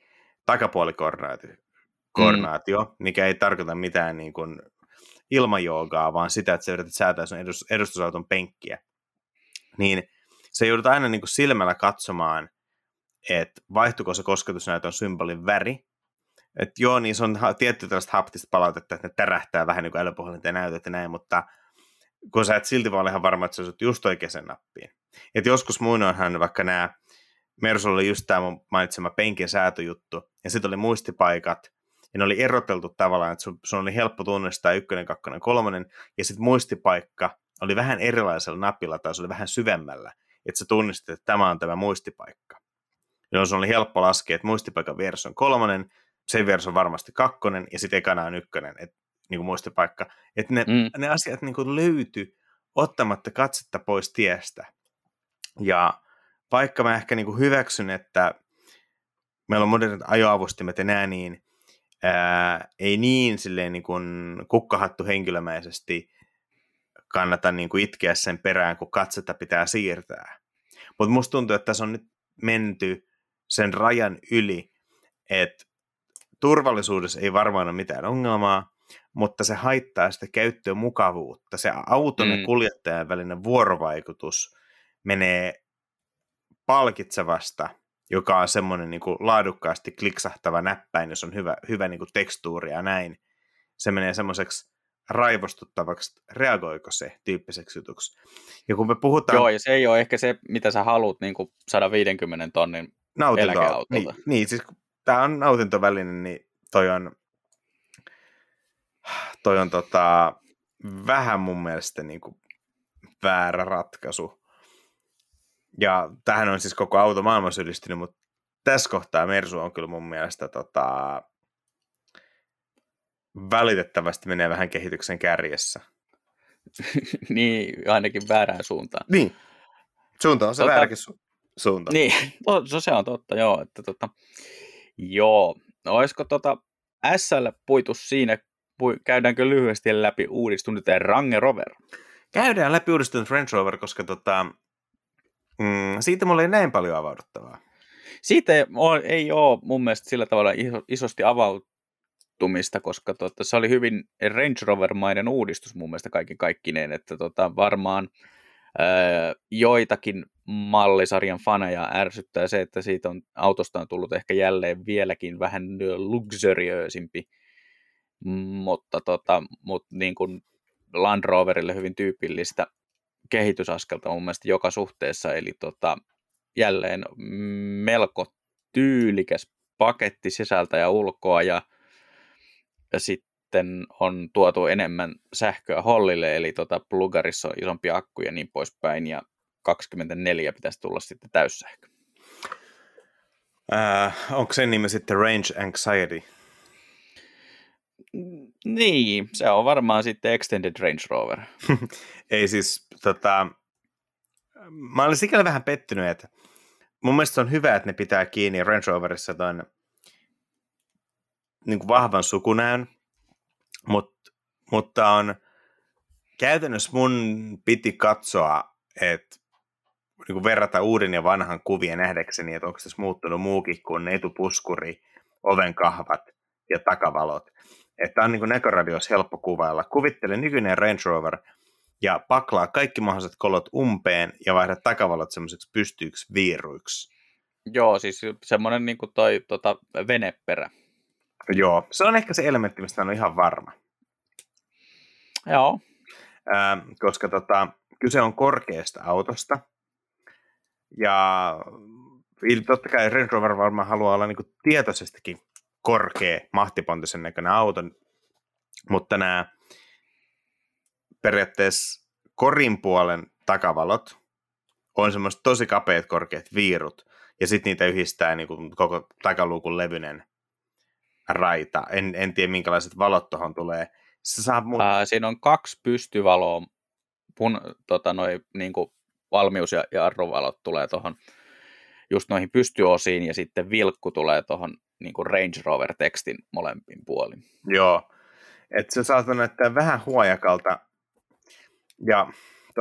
takapuolikoordinaatio, mikä ei tarkoita mitään niin kuin ilmajoogaa, vaan sitä, että sä yrität säätää sun edustusauton penkkiä. Niin se joudut aina niin kuin silmällä katsomaan, että vaihtuuko se kosketusnäytön symbolin väri. Että joo, niin se on tietty tällaista haptista palautetta, että ne tärähtää vähän niin kuin älypuhelinta ja näytöt ja näin, mutta kun sä et silti vaan ole ihan varma, että sä osut just oikeaan nappiin. Että joskus muinoinhan vaikka nämä, Mersulla oli just tämä mun mainitsema penkin säätöjuttu, ja sitten oli muistipaikat, ja ne oli eroteltu tavallaan, että sun oli helppo tunnistaa 1, 2, 3, ja sitten muistipaikka oli vähän erilaisella napilla, tai se oli vähän syvemmällä, että sä tunnistit, että tämä on tämä muistipaikka. Jolloin sun oli helppo laskea, että muistipaikan vieressä on 3, sen vieressä on varmasti 2, ja sitten ekana on 1, että niin kuin muistipaikka. Että ne asiat niin kuin löytyi ottamatta katsetta pois tiestä. Ja vaikka mä ehkä niin kuin hyväksyn, että meillä on modernit ajoavustimet ja nää, niin ei niin silleen niin kuin kukkahattu henkilömäisesti kannata niin kuin itkeä sen perään, kun katsetta pitää siirtää. Mutta musta tuntuu, että tässä on nyt menty sen rajan yli, että turvallisuudessa ei varmaan ole mitään ongelmaa, mutta se haittaa sitä käyttömukavuutta. Se auton ja kuljettajan välinen vuorovaikutus menee palkitsevasta, joka on semmoinen niin kuin laadukkaasti kliksahtava näppäin, jos on hyvä niin kuin tekstuuri ja näin. Se menee semmoiseksi raivostuttavaksi, reagoiko se tyyppiseksi jutuksi. Ja kun me puhutaan...
Joo, ja se ei ole ehkä se, mitä sä haluat niin kuin 150 tonnin eläkeautolta.
Niin, siis tämä on nautintoväline, niin toi on vähän mun mielestä niin kuin väärä ratkaisu. Ja tähän on siis koko automaailma syyllistynyt, mutta tässä kohtaa Mersu on kyllä mun mielestä valitettavasti menee vähän kehityksen kärjessä.
Niin, ainakin väärään suuntaan.
Niin, suunta on se vääräkin suunta.
Niin, se on totta, joo. Että joo, no, olisiko SL puitu siinä, käydäänkö lyhyesti läpi uudistunut Range Rover?
Käydään läpi uudistunut Range Rover, koska siitä mulla ei näin paljon avauduttavaa.
Siitä ei ole mun mielestä sillä tavalla isosti avautumista, koska se oli hyvin Range Rover-mainen uudistus mun mielestä kaiken kaikkineen, että varmaan joitakin mallisarjan faneja ärsyttää se, että siitä autosta on tullut ehkä jälleen vieläkin vähän luxuriöisimpi, mutta niin kuin Land Roverille hyvin tyypillistä kehitysaskelta mun mielestä joka suhteessa, eli jälleen melko tyylikäs paketti sisältä ja ulkoa, ja sitten on tuotu enemmän sähköä hollille, eli plugarissa on isompi akku ja niin poispäin, ja 24 pitäisi tulla sitten täyssähkö.
Onko sen nimi sitten Range Anxiety?
Niin, se on varmaan sitten Extended Range Rover.
Ei siis, mä olin sikäli vähän pettynyt, että mun mielestä on hyvä, että ne pitää kiinni Range Roverissa ton niin kuin vahvan sukunäön, mutta on käytännössä mun piti katsoa, että niin kuin verrata uuden ja vanhan kuvia nähdäkseni, että onko tässä muuttunut muukin kuin etupuskuri, ovenkahvat ja takavalot. Että on niin kuin näköradiossa helppo kuvailla. Kuvittele nykyinen Range Rover ja paklaa kaikki mahdolliset kolot umpeen ja vaihda takavalot semmoiseksi pystyiksi viiruiksi.
Joo, siis semmoinen niin kuin toi veneperä.
Joo, se on ehkä se elementti, mistä on ihan varma.
Joo.
Koska kyse on korkeasta autosta. Ja totta kai Range Rover varmaan haluaa olla niin kuin tietoisestikin korkea, mahtipontisen näköinen auto, mutta nämä periaatteessa korin puolen takavalot on semmoiset tosi kapeat korkeat viirut, ja sitten niitä yhdistää niin kuin koko takaluukun levyinen raita. En tiedä, minkälaiset valot tuohon tulee.
Siinä on 2 pystyvaloa, niin kuin valmius- ja arvovalot tulee tuohon just noihin pystyosiin, ja sitten vilkku tulee tuohon niin kuin Range Rover-tekstin molemmin puolin.
Joo, että se saattaa näyttää vähän huojakalta. Ja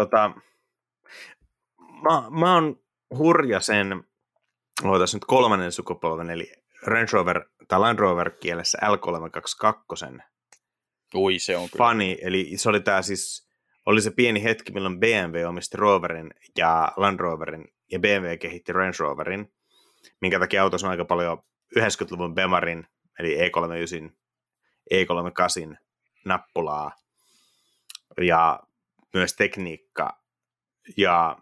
mä oon hurja sen, tässä nyt 3. sukupolven, eli Range Rover tai Land Rover kielessä L322
Ui, se on
fani, eli se oli oli se pieni hetki, milloin BMW omisti Roverin ja Land Roverin, ja BMW kehitti Range Roverin, minkä takia autossa on aika paljon 90-luvun Bemarin, eli E39, E38 nappulaa, ja myös tekniikka, ja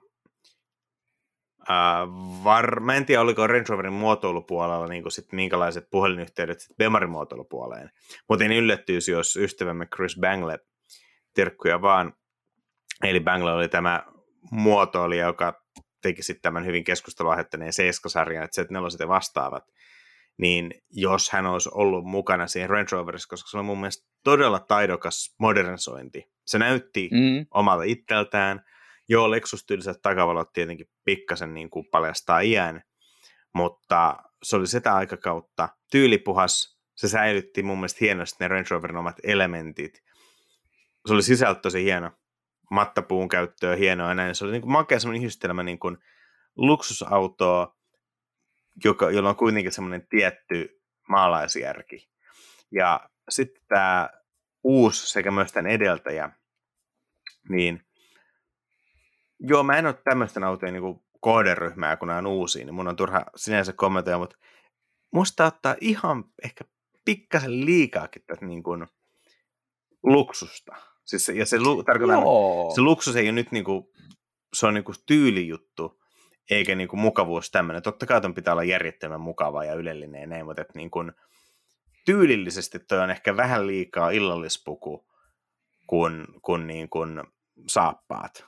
mä en tiedä, oliko Range Roverin muotoilupuolella niin sit minkälaiset puhelinyhteydet sit Bemarin muotoilupuoleen, mutta en yllättyisi, jos ystävämme Chris Bangle, terkkuja vaan, eli Bangle oli tämä muotoilija, joka teki sitten tämän hyvin keskustelua aiheuttaneen Seiska-sarjan, että Z4 ja vastaavat, niin jos hän olisi ollut mukana siinä Range Roverissa, koska se on mun mielestä todella taidokas modernisointi. Se näytti omalta itseltään. Joo, Lexus-tyyliset takavalot tietenkin pikkasen niin kuin paljastaa iän, mutta se oli sitä aikakautta, tyylipuhas, se säilytti mun mielestä hienosti ne Range Roverin omat elementit. Se oli sisältö tosi hieno, mattapuun käyttöä hienoa ja näin. Se oli niin kuin makea semmoinen yhdistelmä niin kuin luksusautoa, jolla on kuitenkin semmoinen tietty maalaisjärki. Ja sitten tämä uusi sekä myös tämän edeltäjä, niin joo, mä en ole tämmöisten autojen niin kohderyhmää, kun nämä on uusia, niin mun on turha sinänsä kommentoida, mutta musta ottaa ihan ehkä pikkasen liikaakin tätä niin kuin luksusta. Siis se, ja se, tarkoitan, se luksus ei ole nyt niin kuin, se on niin kuin tyylijuttu, eikä niin kuin mukavuus tämmöinen. Totta kai ton pitää olla järjettömän mukava ja ylellinen ja näin, mutta että niin kuin, tyylillisesti toi on ehkä vähän liikaa illallispuku kuin niin kuin saappaat.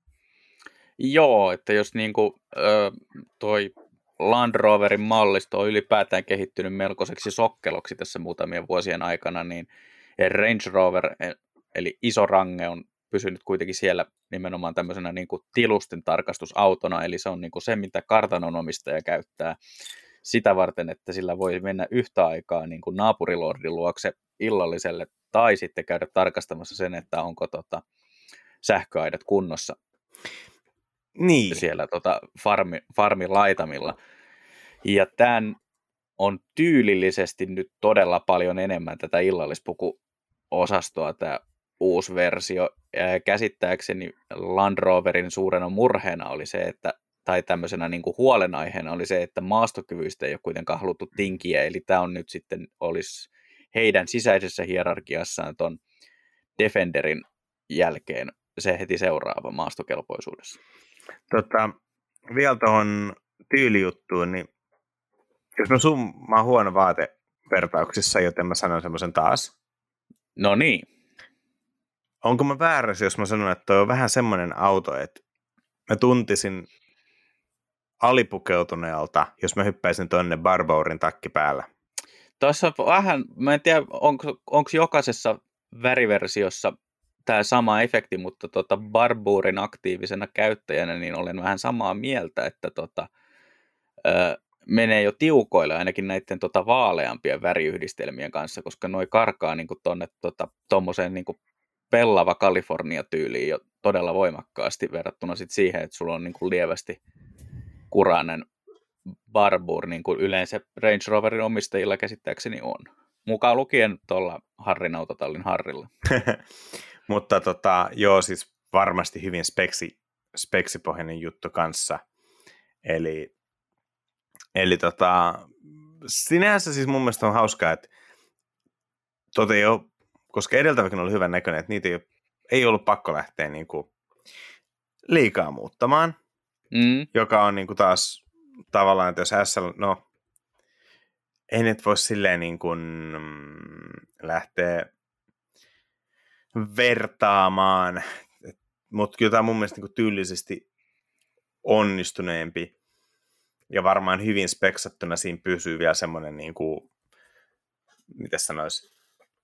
Joo, että jos niinku, toi Land Roverin mallisto on ylipäätään kehittynyt melkoiseksi sokkeloksi tässä muutamien vuosien aikana, niin Range Rover, eli iso range, on pysynyt kuitenkin siellä nimenomaan tämmöisenä niinku tilustin tarkastusautona, eli se on niinku se, mitä kartanonomistaja käyttää sitä varten, että sillä voi mennä yhtä aikaa niinku naapurilordin luokse illalliselle, tai sitten käydä tarkastamassa sen, että onko sähköaidat kunnossa.
Niin.
Siellä farmin laitamilla. Ja tämän on tyylillisesti nyt todella paljon enemmän tätä illallispukuosastoa, tämä uusi versio. Käsittääkseni Land Roverin suurena murheena oli se, että, tai tämmöisenä niin kuin huolenaiheena oli se, että maastokyvyistä ei ole kuitenkaan haluttu tinkiä, eli tämä on nyt sitten olisi heidän sisäisessä hierarkiassaan ton Defenderin jälkeen se heti seuraava maastokelpoisuudessa.
Vielä tuohon tyylijuttuun, niin jos mä oon huono vaatevertauksissa, joten mä sanon semmoisen taas.
No niin.
Onko mä väärässä, jos mä sanon, että toi on vähän semmoinen auto, että mä tuntisin alipukeutuneelta, jos mä hyppäisin tonne Barbourin takki päällä?
Tuossa vähän, mä en tiedä, onko jokaisessa väriversiossa tämä sama efekti, mutta Barbourin aktiivisena käyttäjänä niin olen vähän samaa mieltä, että menee jo tiukoille ainakin näiden vaaleampien väriyhdistelmien kanssa, koska noi karkaa niin tuonne tuommoiseen niin pellava California-tyyliin jo todella voimakkaasti verrattuna sit siihen, että sulla on niin lievästi kurainen Barbour, niin kuin yleensä Range Roverin omistajilla käsittääkseni on. Mukaan lukien tuolla Harrin autotallin Harrilla.
Mutta joo, siis varmasti hyvin speksipohjainen juttu kanssa. Eli sinänsä siis mun mielestä on hauskaa, että ei ole, koska edeltäväkin oli hyvän näköinen, että niitä ei ollut pakko lähteä niin kuin liikaa muuttamaan, joka on niin kuin taas tavallaan, että jos SL, no ei nyt voi silleen niin kuin lähteä vertaamaan, mutta kyllä tämä on mun mielestä niin kuin tyylisesti onnistuneempi ja varmaan hyvin speksattuna siinä pysyy vielä semmoinen, niin kuin, mitä sanoisi,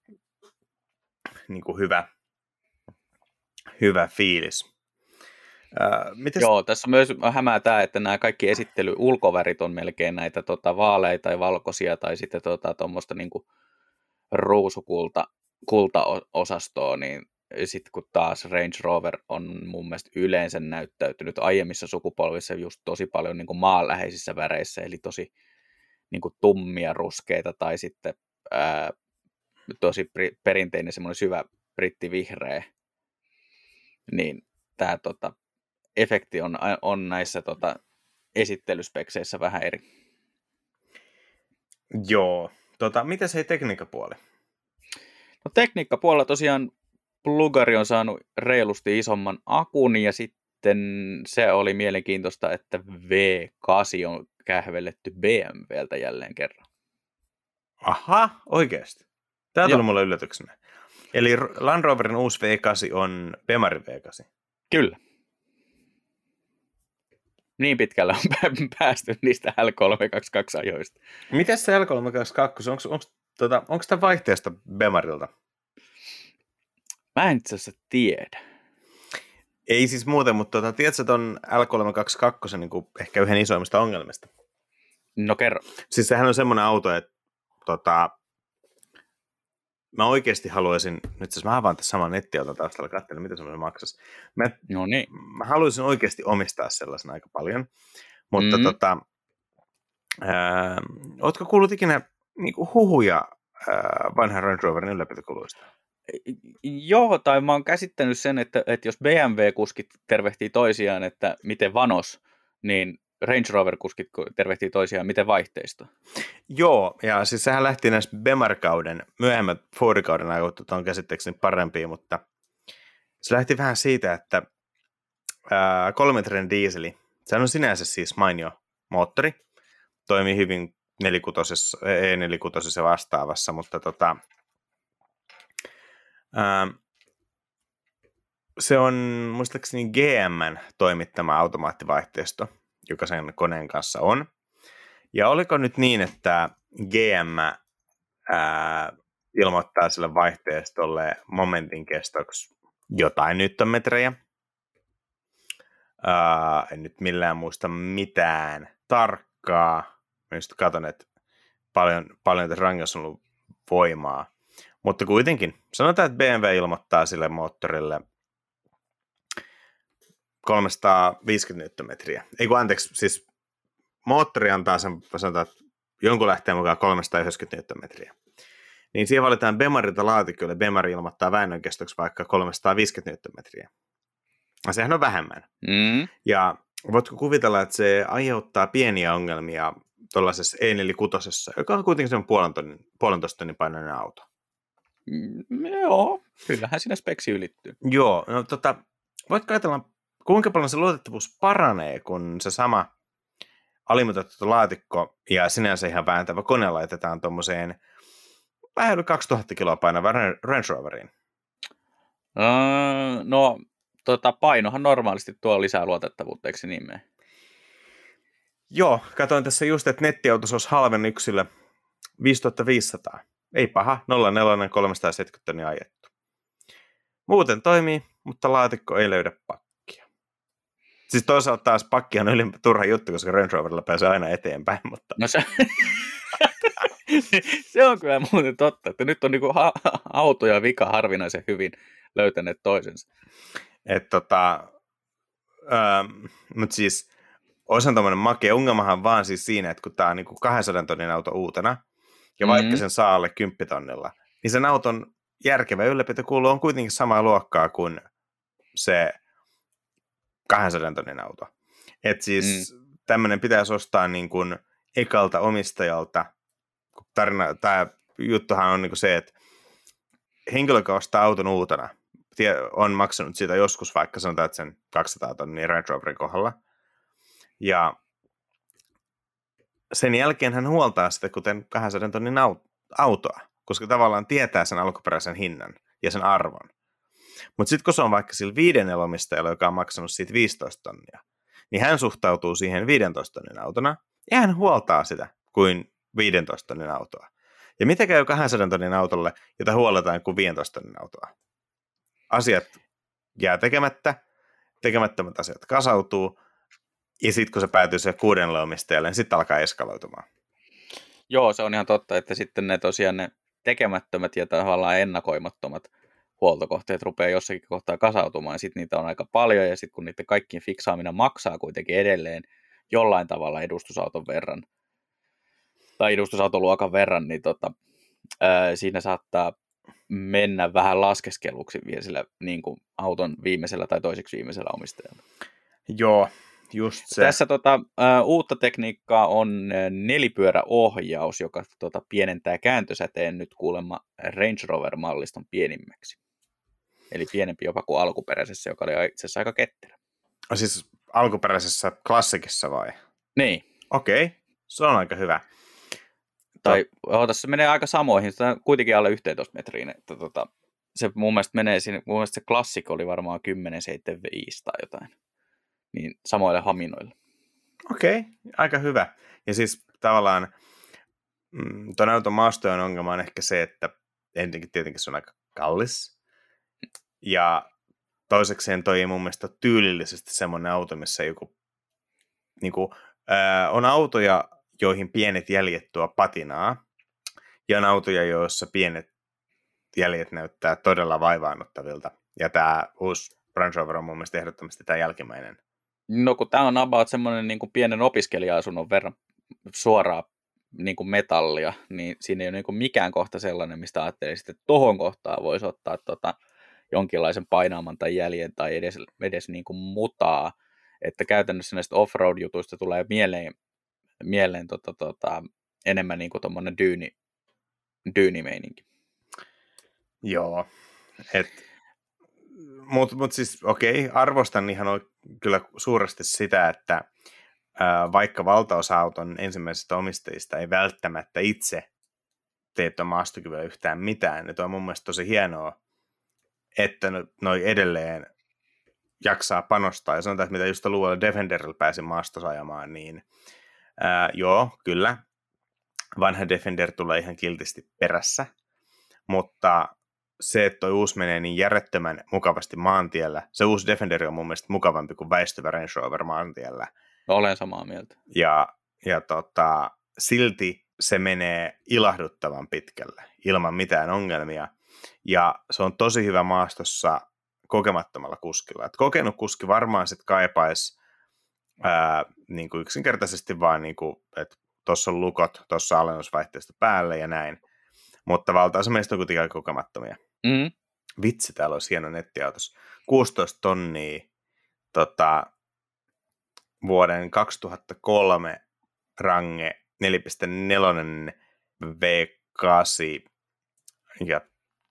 niin kuin hyvä fiilis.
Joo, tässä myös hämää tämä, että nämä kaikki ulkovärit on melkein näitä vaaleita tai valkoisia tai sitten tuommoista niinku ruusukulta-osastoa, niin sitten kun taas Range Rover on mun mielestä yleensä näyttäytynyt aiemmissa sukupolvissa just tosi paljon niinku maanläheisissä väreissä, eli tosi niinku tummia ruskeita tai sitten tosi perinteinen semmoinen syvä brittivihreä, niin tämä efekti on näissä esittelyspekseissä vähän eri.
Joo. Miten se tekniikkapuoli?
No tekniikkapuolella tosiaan plugari on saanut reilusti isomman akun ja sitten se oli mielenkiintoista, että V8 on kähvelletty BMWltä jälleen kerran.
Aha, oikeasti. Tämä tuli mulle yllätyksenä. Eli Land Roverin uusi V8 on Bemarin V8? Kyllä.
Niin pitkällä on päästy niistä L322-ajoista.
Mitäs se L322? Onko tämä vaihteesta Bemarilta?
Mä en itse asiassa tiedä.
Ei siis muuten, mutta tiedätkö ton L322 niin ehkä yhden isoimmista ongelmista?
No kerro.
Siis sehän on semmoinen auto, että mä oikeasti haluaisin, nyt siis mä avaan tässä saman nettiauton taustalla, katselen, mitä semmoinen maksaisi.
No niin.
Mä haluaisin oikeasti omistaa sellaisen aika paljon, mutta ootko kuullut ikinä niinku huhuja vanhan Range Roverin ylläpitokuluista?
Joo, tai mä oon käsittänyt sen, että jos BMW-kuskit tervehtii toisiaan, että miten vanos, niin Range Rover-kuskit tervehtii toisiaan, miten vaihteisto.
Joo, ja siis sehän lähti näissä Bemar-kauden, myöhemmät Ford-kauden ajoitut on käsitteeksi parempia, mutta se lähti vähän siitä, että 3-litrinen diiseli, se on sinänsä siis mainio moottori, toimii hyvin E46 vastaavassa, mutta se on muistaakseni GM:n toimittama automaattivaihteisto, joka sen koneen kanssa on. Ja oliko nyt niin, että GM ilmoittaa sille vaihteistolle momentin kestoksi jotain newtonmetrejä? En nyt millään muista mitään tarkkaa. Mä just katson, että paljon tässä rangassa on ollut voimaa. Mutta kuitenkin, sanotaan, että BMW ilmoittaa sille moottorille 350 Nm. Ei kun anteeksi, siis moottori antaa sen, sanotaan, että jonkun lähteen mukaan 390 Nm. Niin siihen valitaan Bemarilta laatikkoille. Bemar ilmoittaa väännön kestoksi vaikka 350 Nm. Ja sehän on vähemmän. Ja voitko kuvitella, että se aiheuttaa pieniä ongelmia tuollaisessa E46, joka on kuitenkin sen puolentoista tonnin painoinen auto.
Joo, kyllähän siinä speksi ylittyy.
Joo, no voitko ajatella, kuinka paljon se luotettavuus paranee, kun se sama alimitoitettu laatikko ja sinänsä ihan vääntävä kone laitetaan tuommoiseen vähän yli 2000 kiloa painavaan Range Roveriin?
No, painohan normaalisti tuo lisää luotettavuutta, eikö se niin mene?
Joo, katsoin tässä just, että nettiautos olisi halven yksilö 5500. Ei paha, 04 370 tonnia ajettu. Muuten toimii, mutta laatikko ei löydä pakkia. Siis toisaalta taas pakkihan on turha juttu, koska Range Roverilla pääsee aina eteenpäin. Mutta...
No se on kyllä muuten totta, että nyt on niinku auto ja vika harvinaisen hyvin löytäneet toisensa.
Mutta siis osan tommoinen makea ongelmahan vaan siis siinä, että kun tää on niinku 200 tonnin auto uutena, ja vaikka sen saa alle 10 tonnilla, niin sen auton järkevä ylläpitokulu on kuitenkin samaa luokkaa kuin se 200 tonnin auto. Että siis tämmöinen pitäisi ostaa niin kuin ekalta omistajalta. Tämä juttuhan on niin kuin se, että henkilö, joka ostaa auton uutena, on maksanut siitä joskus vaikka sanotaan, että sen 200 tonnia Range Roverin kohdalla. Ja sen jälkeen hän huoltaa sitä kuten 200 tonnin autoa, koska tavallaan tietää sen alkuperäisen hinnan ja sen arvon. Mutta sitten kun se on vaikka sillä 5. omistajalla, joka on maksanut siitä 15 tonnia, niin hän suhtautuu siihen 15 tonnin autona ja hän huoltaa sitä kuin 15 tonnin autoa. Ja mitä käy 200 tonnin autolle, jota huoletaan kuin 15 tonnin autoa? Asiat jää tekemättä, tekemättömät asiat kasautuu, ja sitten kun se päätyy siihen 6. omistajalle, niin sitten alkaa eskaloitumaan.
Joo, se on ihan totta, että sitten ne tosiaan ne tekemättömät ja tavallaan ennakoimattomat huoltokohteet rupeaa jossakin kohtaa kasautumaan, ja sitten niitä on aika paljon, ja sitten kun niiden kaikkien fiksaaminen maksaa kuitenkin edelleen jollain tavalla edustusauton verran, tai edustusautoluokan verran, niin siinä saattaa mennä vähän laskeskeluksi vielä sillä niin kuin auton viimeisellä tai toiseksi viimeisellä omistajalla.
Joo, just se.
Tässä uutta tekniikkaa on nelipyöräohjaus, joka pienentää kääntösäteen nyt kuulemma Range Rover-malliston pienimmäksi. Eli pienempi jopa kuin alkuperäisessä, joka oli itse asiassa aika ketterä.
Siis alkuperäisessä klassikissa vai?
Niin.
Okei, se on aika hyvä.
Tai se menee aika samoihin, sitä on kuitenkin alle 11 metriin. Että se mun mielestä menee sinne, mun mielestä se klassikko oli varmaan 10,75 tai jotain. Niin samoille haminoille.
Okei, aika hyvä. Ja siis tavallaan tuon auton maastojen ongelma on ehkä se, että tietenkin se on aika kallis. Ja toisekseen toi ei mun mielestä tyylillisesti semmoinen auto, missä joku on autoja, joihin pienet jäljet tuo patinaa, ja on autoja, joissa pienet jäljet näyttää todella vaivaannuttavilta. Ja tämä uusi Range Rover on mun mielestä ehdottomasti tämä jälkimmäinen.
No kun tämä on about semmoinen niin kuin pienen opiskelija-asunnon verran suoraa niin kuin metallia, niin siinä ei ole niin kuin mikään kohta sellainen, mistä ajattelisit, että tohon kohtaan voisi ottaa jonkinlaisen painaaman tai jäljen tai edes niin kuin mutaa. Että käytännössä näistä off-road-jutuista tulee mieleen enemmän niin kuin tuommoinen dyynimeininki.
Joo, mutta siis okei, arvostan ihan kyllä suuresti sitä, että vaikka valtaosa auton ensimmäisistä omistajista ei välttämättä itse tee tuon maastokyvyllä yhtään mitään, niin tuo on mun mielestä tosi hienoa, että noi edelleen jaksaa panostaa, ja sanotaan, että mitä just luulla Defenderilla pääsi maastossa ajamaan, niin joo, kyllä, vanha Defender tulee ihan kiltisti perässä, mutta se, että toi uusi menee niin järjettömän mukavasti maantiellä, se uusi Defender on mun mielestä mukavampi kuin väistyvä Range Rover maantiellä.
Olen samaa mieltä.
Ja silti se menee ilahduttavan pitkälle, ilman mitään ongelmia, ja se on tosi hyvä maastossa kokemattomalla kuskilla. Et kokenut kuski varmaan sitten kaipaisi niin kuin yksinkertaisesti vaan, niin kuin, että tuossa on lukot, tuossa alennusvaihteesta päälle ja näin, mutta valtaosa meistä on kuitenkin aika kokemattomia.
Mm.
Vitsi, täällä olisi hieno nettiautos. 16 tonnia vuoden 2003 Range 4.4 V8 ja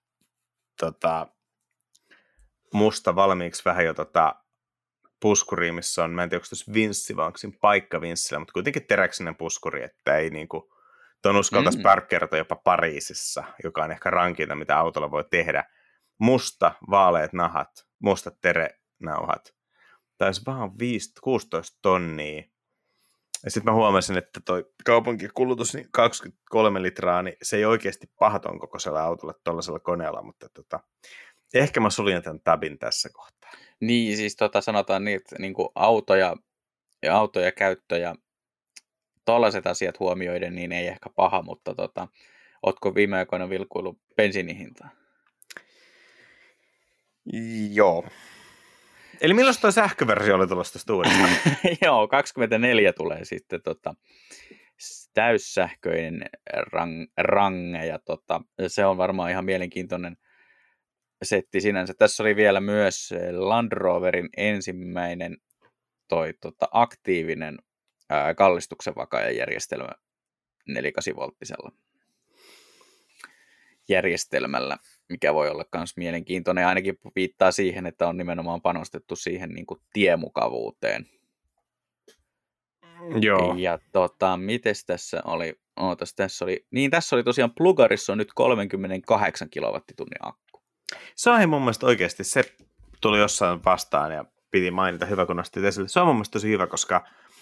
musta valmiiksi vähän jo puskuri, missä on, mä en tiedä, onko tuossa vinssi, vai onko siinä paikka vinssillä, mutta kuitenkin teräksinen puskuri, että ei niinku, tuon uskaltaisi parkkeerata jopa Pariisissa, joka on ehkä rankinta, mitä autolla voi tehdä. Musta, vaaleat nahat, mustat terenauhat. Taisi vaan 16 tonnia. Ja sitten mä huomasin, että toi kaupunkikulutus, niin 23 litraa, niin se ei oikeasti pahaton kokoisella autolla tuollaisella koneella, mutta ehkä mä suljin tämän tabin tässä kohtaa.
Niin, siis sanotaan niin, että niin kuin autoja käyttö ja tollaiset asiat huomioiden, niin ei ehkä paha, mutta ootko viime aikoina vilkuillut bensiinihintaa?
Joo. Eli milloin tuo sähköversio oli tulossa tästä uudestaan?
Joo, 24 tulee sitten täyssähköinen range, ja se on varmaan ihan mielenkiintoinen setti sinänsä. Tässä oli vielä myös Land Roverin ensimmäinen aktiivinen kallistuksen vakaajajärjestelmä 48-volttisella järjestelmällä, mikä voi olla myös mielenkiintoinen ja ainakin viittaa siihen, että on nimenomaan panostettu siihen niin kuin tiemukavuuteen.
Joo.
Ja mites tässä oli? Tässä oli tosiaan Plugarissa on nyt 38 kilowattitunnin akku.
Se on mun mielestä oikeasti, se tuli jossain vastaan ja piti mainita, hyvä kun nostit esille. Se on mun mielestä tosi hyvä, koska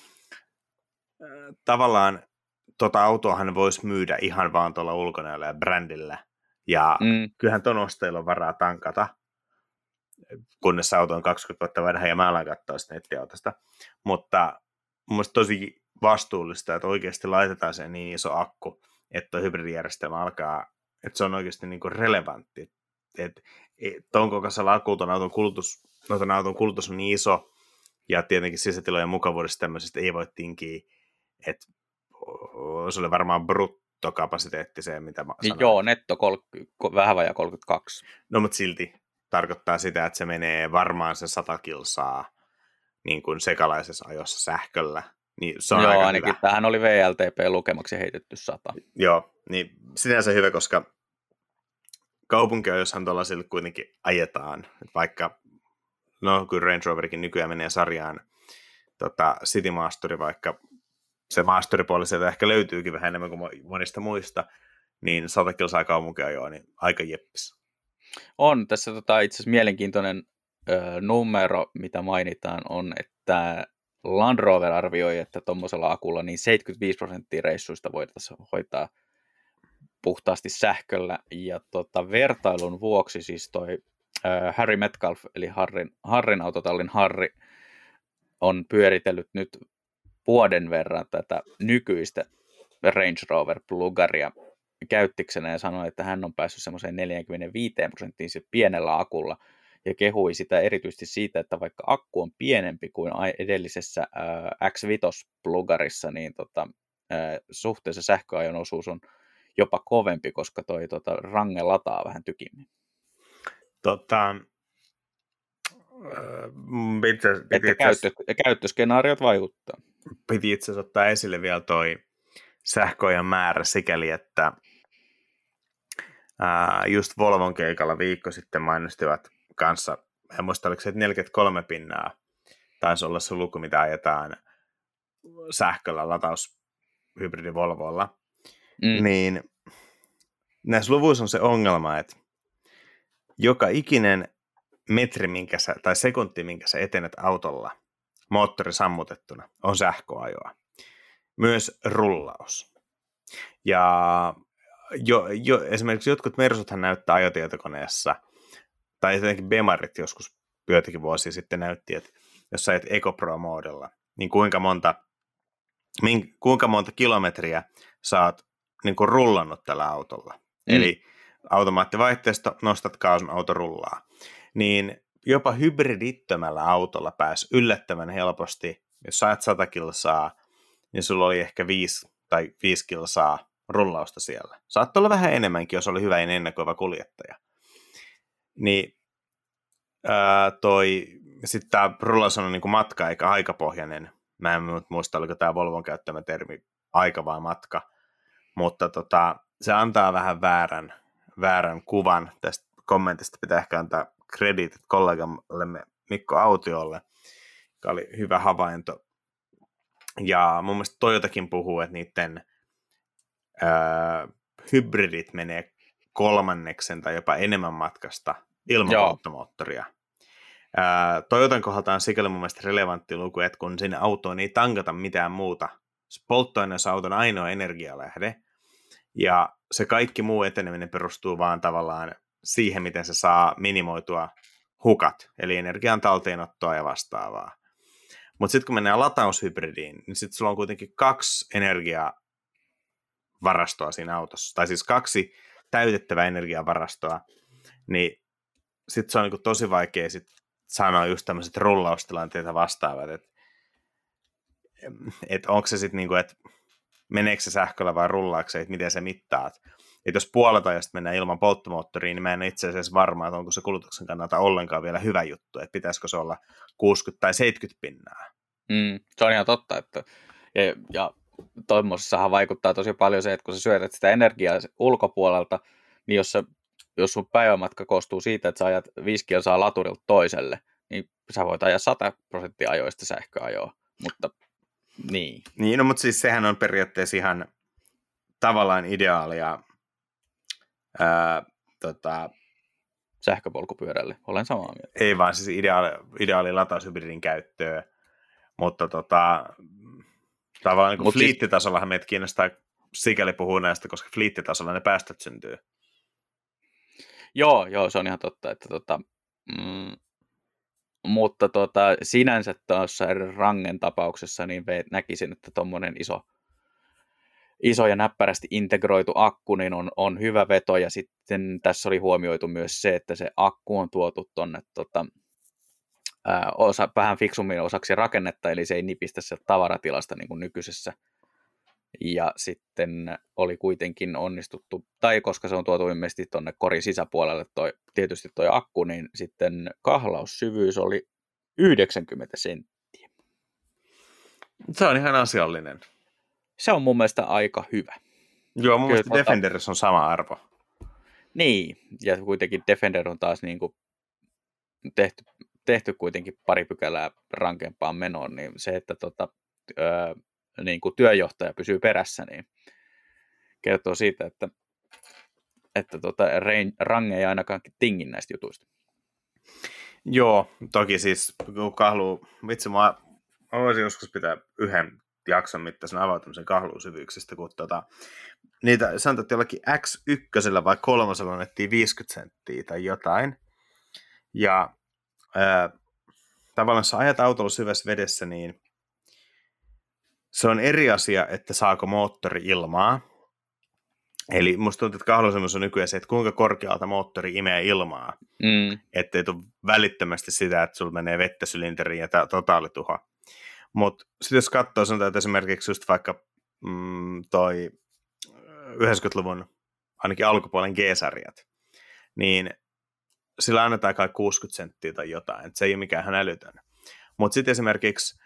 tavallaan autoahan voisi myydä ihan vaan tuolla ulkonäöllä ja brändillä. Ja kyllähän ton ostajilla on varaa tankata, kunnes auto on 20 vuotta vanha ja mä alan katsoa sitä nettiautosta. Mutta mun mielestä tosi vastuullista, että oikeasti laitetaan se niin iso akku, että tuo hybridijärjestelmä alkaa, että se on oikeasti niin kuin relevantti. Että tuon kokoisella akulla tuon auton kulutus on niin iso, ja tietenkin sisätilojen mukavuudesta tämmöisestä ei voi tinkiä, että se oli varmaan bruttokapasiteetti se, mitä mä sanoin.
Joo, netto vähän vajaa 32.
No, mutta silti tarkoittaa sitä, että se menee varmaan se 100 kilsaa niin kuin sekalaisessa ajossa sähköllä. Niin se on
joo,
aika
ainakin
hyvä.
Tähän oli VLTP-lukemaksi heitetty 100.
Joo, niin sinänsä hyvä, koska kaupunkiajossahan tuollaisille kuitenkin ajetaan. Vaikka, no kyllä Range Roverikin nykyään menee sarjaan City Masteri, vaikka se maastoripuoli sieltä ehkä löytyykin vähän enemmän kuin monista muista, niin 100 kilsaa kaupunkiajoa, niin aika jeppis. On.
Tässä itse asiassa mielenkiintoinen numero, mitä mainitaan, on, että Land Rover arvioi, että tuommoisella akulla niin 75% reissuista voitaisiin hoitaa puhtaasti sähköllä, ja vertailun vuoksi siis toi Harry Metcalf, eli Harrin autotallin Harri, on pyöritellyt nyt vuoden verran tätä nykyistä Range Rover-plugaria käyttiksenä ja sanoi, että hän on päässyt semmoiseen 45% se pienellä akulla ja kehui sitä erityisesti siitä, että vaikka akku on pienempi kuin edellisessä X5-plugarissa, niin suhteessa sähköajon osuus on jopa kovempi, koska toi range lataa vähän tykimmin. Käyttöskenaariot vaikuttaa.
Piti itse asiassa ottaa esille vielä toi sähköajan määrä sikäli, että just Volvon keikalla viikko sitten mainostivat kanssa, en muista oliko se, että 43 pinnaa taisi olla se luku, mitä ajetaan sähköllä lataushybridi Volvolla, niin näissä luvuissa on se ongelma, että joka ikinen metri tai sekunti, minkä sä etenet autolla, moottori sammutettuna, on sähköajoa. Myös rullaus. Ja esimerkiksi jotkut Mersuthan näyttää ajotietokoneessa, tai jotenkin Bemarit joskus joitakin vuosia sitten näytti, että jos sä ajat EcoPro-moodilla, niin kuinka monta kilometriä sä oot niin kuin rullannut tällä autolla. Eli automaattivaihteisto, nostat kaasun, auto rullaa. Niin jopa hybridittömällä autolla pääsi yllättävän helposti, jos sä ajat 100 kilsaa, niin sulla oli ehkä 5 tai 5 kilsaa rullausta siellä. Saattoi olla vähän enemmänkin, jos oli hyvä ja ennakoiva kuljettaja. Niin sitten tämä rullaus on niin kuin matka eikä aikapohjainen. Mä en muista, oliko tämä Volvon käyttämä termi aika vai matka. Mutta se antaa vähän väärän kuvan. Tästä kommentista pitää ehkä antaa krediitit kollegallemme Mikko Autiolle, joka oli hyvä havainto. Ja mun mielestä Toyotakin puhuu, että niiden hybridit menee 1/3 tai jopa enemmän matkasta ilman polttomoottoria. Toyotan kohdalta on sikäli mun mielestä relevantti luku, että kun sinne autoon ei tankata mitään muuta, polttoaineessa auton ainoa energialähde, ja se kaikki muu eteneminen perustuu vaan tavallaan siihen, miten se saa minimoitua hukat, eli energian talteenottoa ja vastaavaa. Mutta sitten kun mennään lataushybridiin, niin sitten sulla on kuitenkin 2 energiavarastoa siinä autossa, tai siis 2 täytettävää energiavarastoa, niin sitten se on niinku tosi vaikea sit sanoa just tämmöiset rullaustilanteita vastaavat, että onko se sitten niinku, että meneekö se sähköllä vai rullaako se, että miten sä mittaat. Että jos puolet ajasta mennään ilman polttomoottoriin, niin mä en itse asiassa varma, että onko se kulutuksen kannalta ollenkaan vielä hyvä juttu, että pitäisikö se olla 60 tai 70 pinnaa.
Se on ihan totta, että ja tommosessahan vaikuttaa tosi paljon se, että kun sä syötät sitä energiaa ulkopuolelta, niin jos sun päivämatka koostuu siitä, että sä ajat 5 kilsaa laturilta toiselle, niin sä voit ajaa 100% ajoista sähköajoa, mutta niin.
Niin, no, mutta siis sehän on periaatteessa ihan tavallaan ideaalia
sähköpolkupyörälle, olen samaa mieltä.
Ei vaan siis ideaali lataushybridin käyttöä, mutta tavallaan niin fliittitasollahan meitä kiinnostaa sikäli puhua näistä, koska fliittitasolla ne päästöt syntyy.
Joo, se on ihan totta, että mutta sinänsä tuossa Rangen tapauksessa niin näkisin, että tuommoinen iso ja näppärästi integroitu akku niin on hyvä veto, ja sitten tässä oli huomioitu myös se, että se akku on tuotu tuonne vähän fiksummin osaksi rakennetta, eli se ei nipistä sieltä tavaratilasta niin kuin nykyisessä. Ja sitten oli kuitenkin onnistuttu, tai koska se on tuotu ilmeisesti tuonne korin sisäpuolelle tietysti toi akku, niin sitten kahlaussyvyys oli 90 senttiä.
Se on ihan asiallinen.
Se on mun mielestä aika hyvä.
Joo, mun mielestä Defenderissä on sama arvo.
Niin, ja kuitenkin Defender on taas niin kuin tehty kuitenkin pari pykälää rankempaan menoon, niin se, että niin kuin työjohtaja pysyy perässä, niin kertoo siitä, että Range ei ainakaan tingin näistä jutuista.
Joo, toki siis kun kahluu, vitsi mä voisin joskus pitää yhden jakson mittaisen avautumisen kahluusyvyyksistä, kun niitä sanotaan, että jollakin X1 vai 3 annettiin 50 senttiä tai jotain, ja tavallaan jos ajat autolla syvässä vedessä, niin se on eri asia, että saako moottori ilmaa. Eli musta tuntuu, että kahluasemassa on nykyään se, että kuinka korkealta moottori imee ilmaa. Ettei tule välittömästi sitä, että sulla menee vettä sylinteriin ja totaalituho. Mutta sitten jos katsoo, sanotaan, että esimerkiksi just vaikka toi 90-luvun ainakin alkupuolen G-sarjat, niin sillä annetaan kai 60 senttiä tai jotain, että se ei ole mikään ihan älytön. Mutta sitten esimerkiksi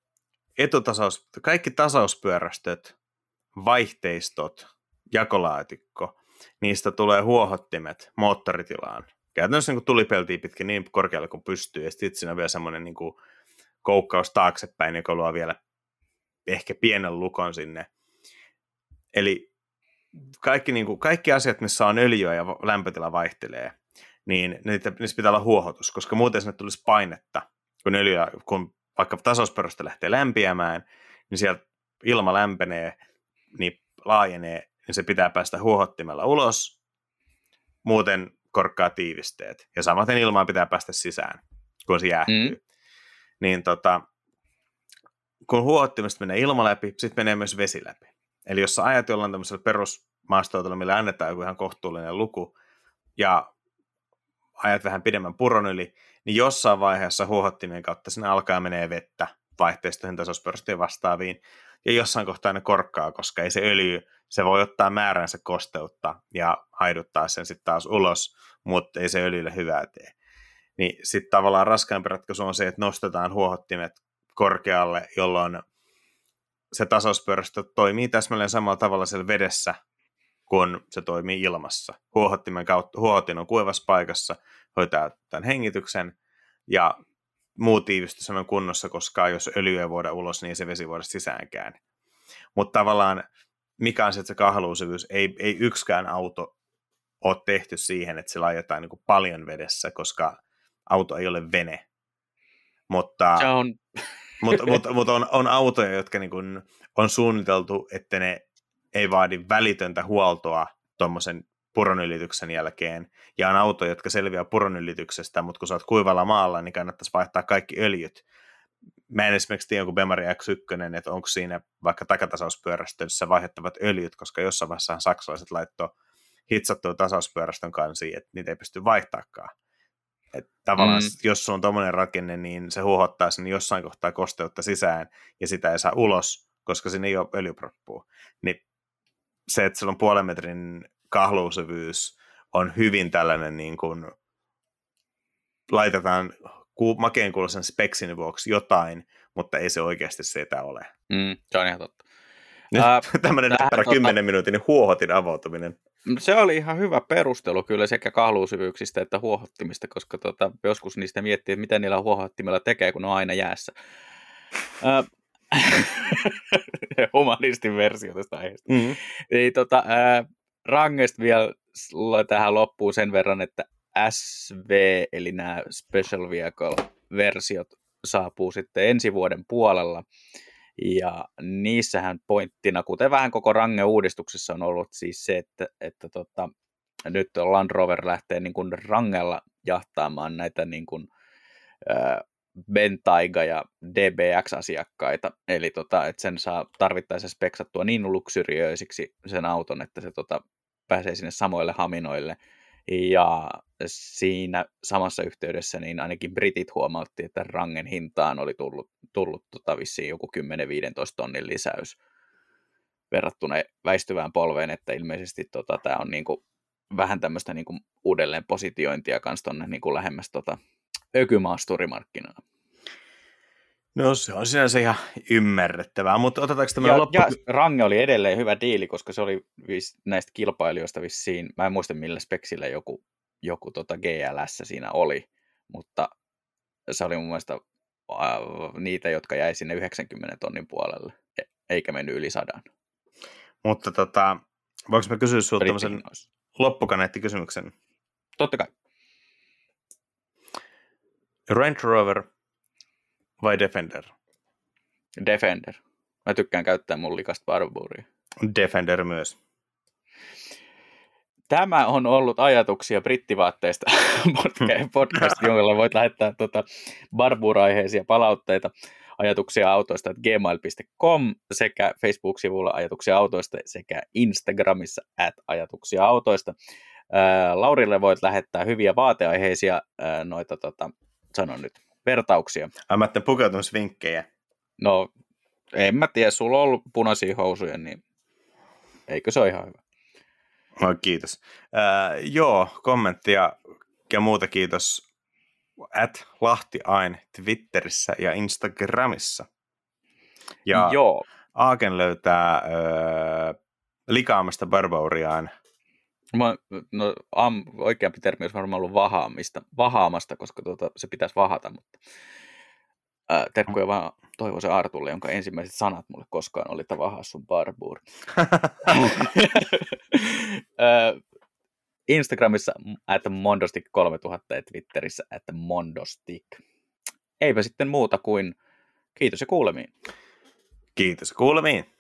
kaikki tasauspyörästöt, vaihteistot, jakolaatikko, niistä tulee huohottimet moottoritilaan. Käytännössä niin tulipeltiin pitkin niin korkealle kuin pystyy, ja sitten siinä on vielä semmoinen niin koukkaus taaksepäin, joka luo vielä ehkä pienen lukon sinne. Eli kaikki asiat, missä on öljyä ja lämpötila vaihtelee, niin niissä pitää olla huohotus, koska muuten sinne tulisi painetta, kun vaikka tasauspyörästö lähtee lämpiämään, niin sieltä ilma lämpenee, niin laajenee, niin se pitää päästä huohottimella ulos, muuten korkkaa tiivisteet. Ja samaten ilmaa pitää päästä sisään, kun se jäähtyy. Niin kun huohottimesta menee ilma läpi, sitten menee myös vesi läpi. Eli jos sä ajat jollain tämmöisellä perusmaastoautolla, millä annetaan joku ihan kohtuullinen luku, ja ajat vähän pidemmän puron yli, niin jossain vaiheessa huohottimien kautta sinne alkaa menee vettä vaihteistoihin, tasauspyörästöihin vastaaviin, ja jossain kohtaa ne korkkaa, koska ei se öljy, se voi ottaa määränsä kosteutta ja haiduttaa sen sitten taas ulos, mutta ei se öljylle hyvää tee. Niin sitten tavallaan raskaampi ratkaisu on se, että nostetaan huohottimet korkealle, jolloin se tasauspyörästö toimii täsmälleen samalla tavalla siellä vedessä, kun se toimii ilmassa. Huohottimen kautta, huohotin on kuivassa paikassa, hoitaa tämän hengityksen, ja muu tiivistys on kunnossa, koska jos öljyä ei voida ulos, niin ei se vesi voida sisäänkään. Mutta tavallaan, mikä on se kahluusyvyys, ei yksikään auto ole tehty siihen, että se ajetaan niin kuin paljon vedessä, koska auto ei ole vene. Mutta on autoja, jotka niin kuin on suunniteltu, että ne ei vaadi välitöntä huoltoa tuommoisen puronylityksen jälkeen, ja on autoja, jotka selviää puronylityksestä, mutta kun sä oot kuivalla maalla, niin kannattaisi vaihtaa kaikki öljyt. Mä en esimerkiksi tiedä, kun Bemari X1, että onko siinä vaikka takatasauspyörästössä vaihdettavat öljyt, koska jossain vaiheessa saksalaiset laittoi hitsattua tasauspyörästön kansiin, että niitä ei pysty vaihtaakaan. Että tavallaan, jos sulla on tommoinen rakenne, niin se huohottaa sinne jossain kohtaa kosteutta sisään, ja sitä ei saa ulos, koska siinä ei ole öljyproppua. Niin se, että sillä on 0,5 metrin kahluusyvyys, on hyvin tällainen, niin kuin laitetaan makeen kuuloisen speksin vuoksi jotain, mutta ei se oikeasti sitä ole.
Se on ihan totta.
Tämmöinen 10 minuutin huohotin avautuminen.
Se oli ihan hyvä perustelu kyllä sekä kahluusyvyyksistä että huohottimista, koska joskus niistä miettii, että mitä niillä huohottimilla tekee, kun ne on aina jäässä. Humanistin versio tästä aiheesta. Niin, Rangesta vielä tähän loppuun sen verran, että SV, eli nämä Special Vehicle-versiot saapuu sitten ensi vuoden puolella. Ja niissähän pointtina, kuten vähän koko Range-uudistuksessa on ollut siis se, että nyt Land Rover lähtee niin kuin rangella jahtaamaan näitä niin kuin, Bentayga ja DBX-asiakkaita, eli että sen saa tarvittaessa speksattua niin luksuriöisiksi sen auton, että se pääsee sinne samoille haminoille. Ja siinä samassa yhteydessä niin ainakin britit huomautti, että Rangen hintaan oli tullut vissiin joku 10-15 tonnin lisäys verrattuna väistyvään polveen, että ilmeisesti tämä on niinku vähän tämmöistä niinku uudelleen positiointia kans tonne niinku lähemmäs ökymaasturimarkkinaa.
No se on sinänsä ihan ymmärrettävää, mutta otetaanko tämä
ja Range oli edelleen hyvä diili, koska se oli näistä kilpailijoista vissiin, mä en muista millä speksillä joku GLS siinä oli, mutta se oli mun mielestä niitä, jotka jäi sinne 90 tonnin puolelle, eikä mennyt yli 100.
Mutta voinko mä kysyä sinulta tämmöisen loppukaneettikysymyksen?
Totta kai.
Range Rover vai Defender?
Defender. Mä tykkään käyttää mun likasta barbuuria.
Defender myös.
Tämä on ollut ajatuksia brittivaatteista podcast, jolla voit lähettää barbuuraiheisia palautteita. ajatuksiaautoista@gmail.com sekä Facebook-sivulla Ajatuksia autoista sekä Instagramissa @ajatuksiaautoista. Laurille voit lähettää hyviä vaateaiheisia sanon nyt, vertauksia.
Mä ajattelin pukeutumisvinkkejä.
No, en mä tiedä, sulla on ollut punaisia housuja, niin eikö se ole ihan hyvä?
No, kiitos. Joo, kommenttia ja muuta kiitos @lahtiain Twitterissä ja Instagramissa. Ja
Joo.
Aaken löytää likaamasta barbauriaan.
Oikeampi termi olisi varmaan ollut vahaamasta, koska se pitäisi vahata, mutta terkkuja vaan Toivosen Artulle, jonka ensimmäiset sanat mulle koskaan oli, että vahaa sun barbuuri. Instagramissa @mondostik3000 ja Twitterissä @mondostik. Eipä sitten muuta kuin kiitos ja kuulemiin.
Kiitos kuulemiin.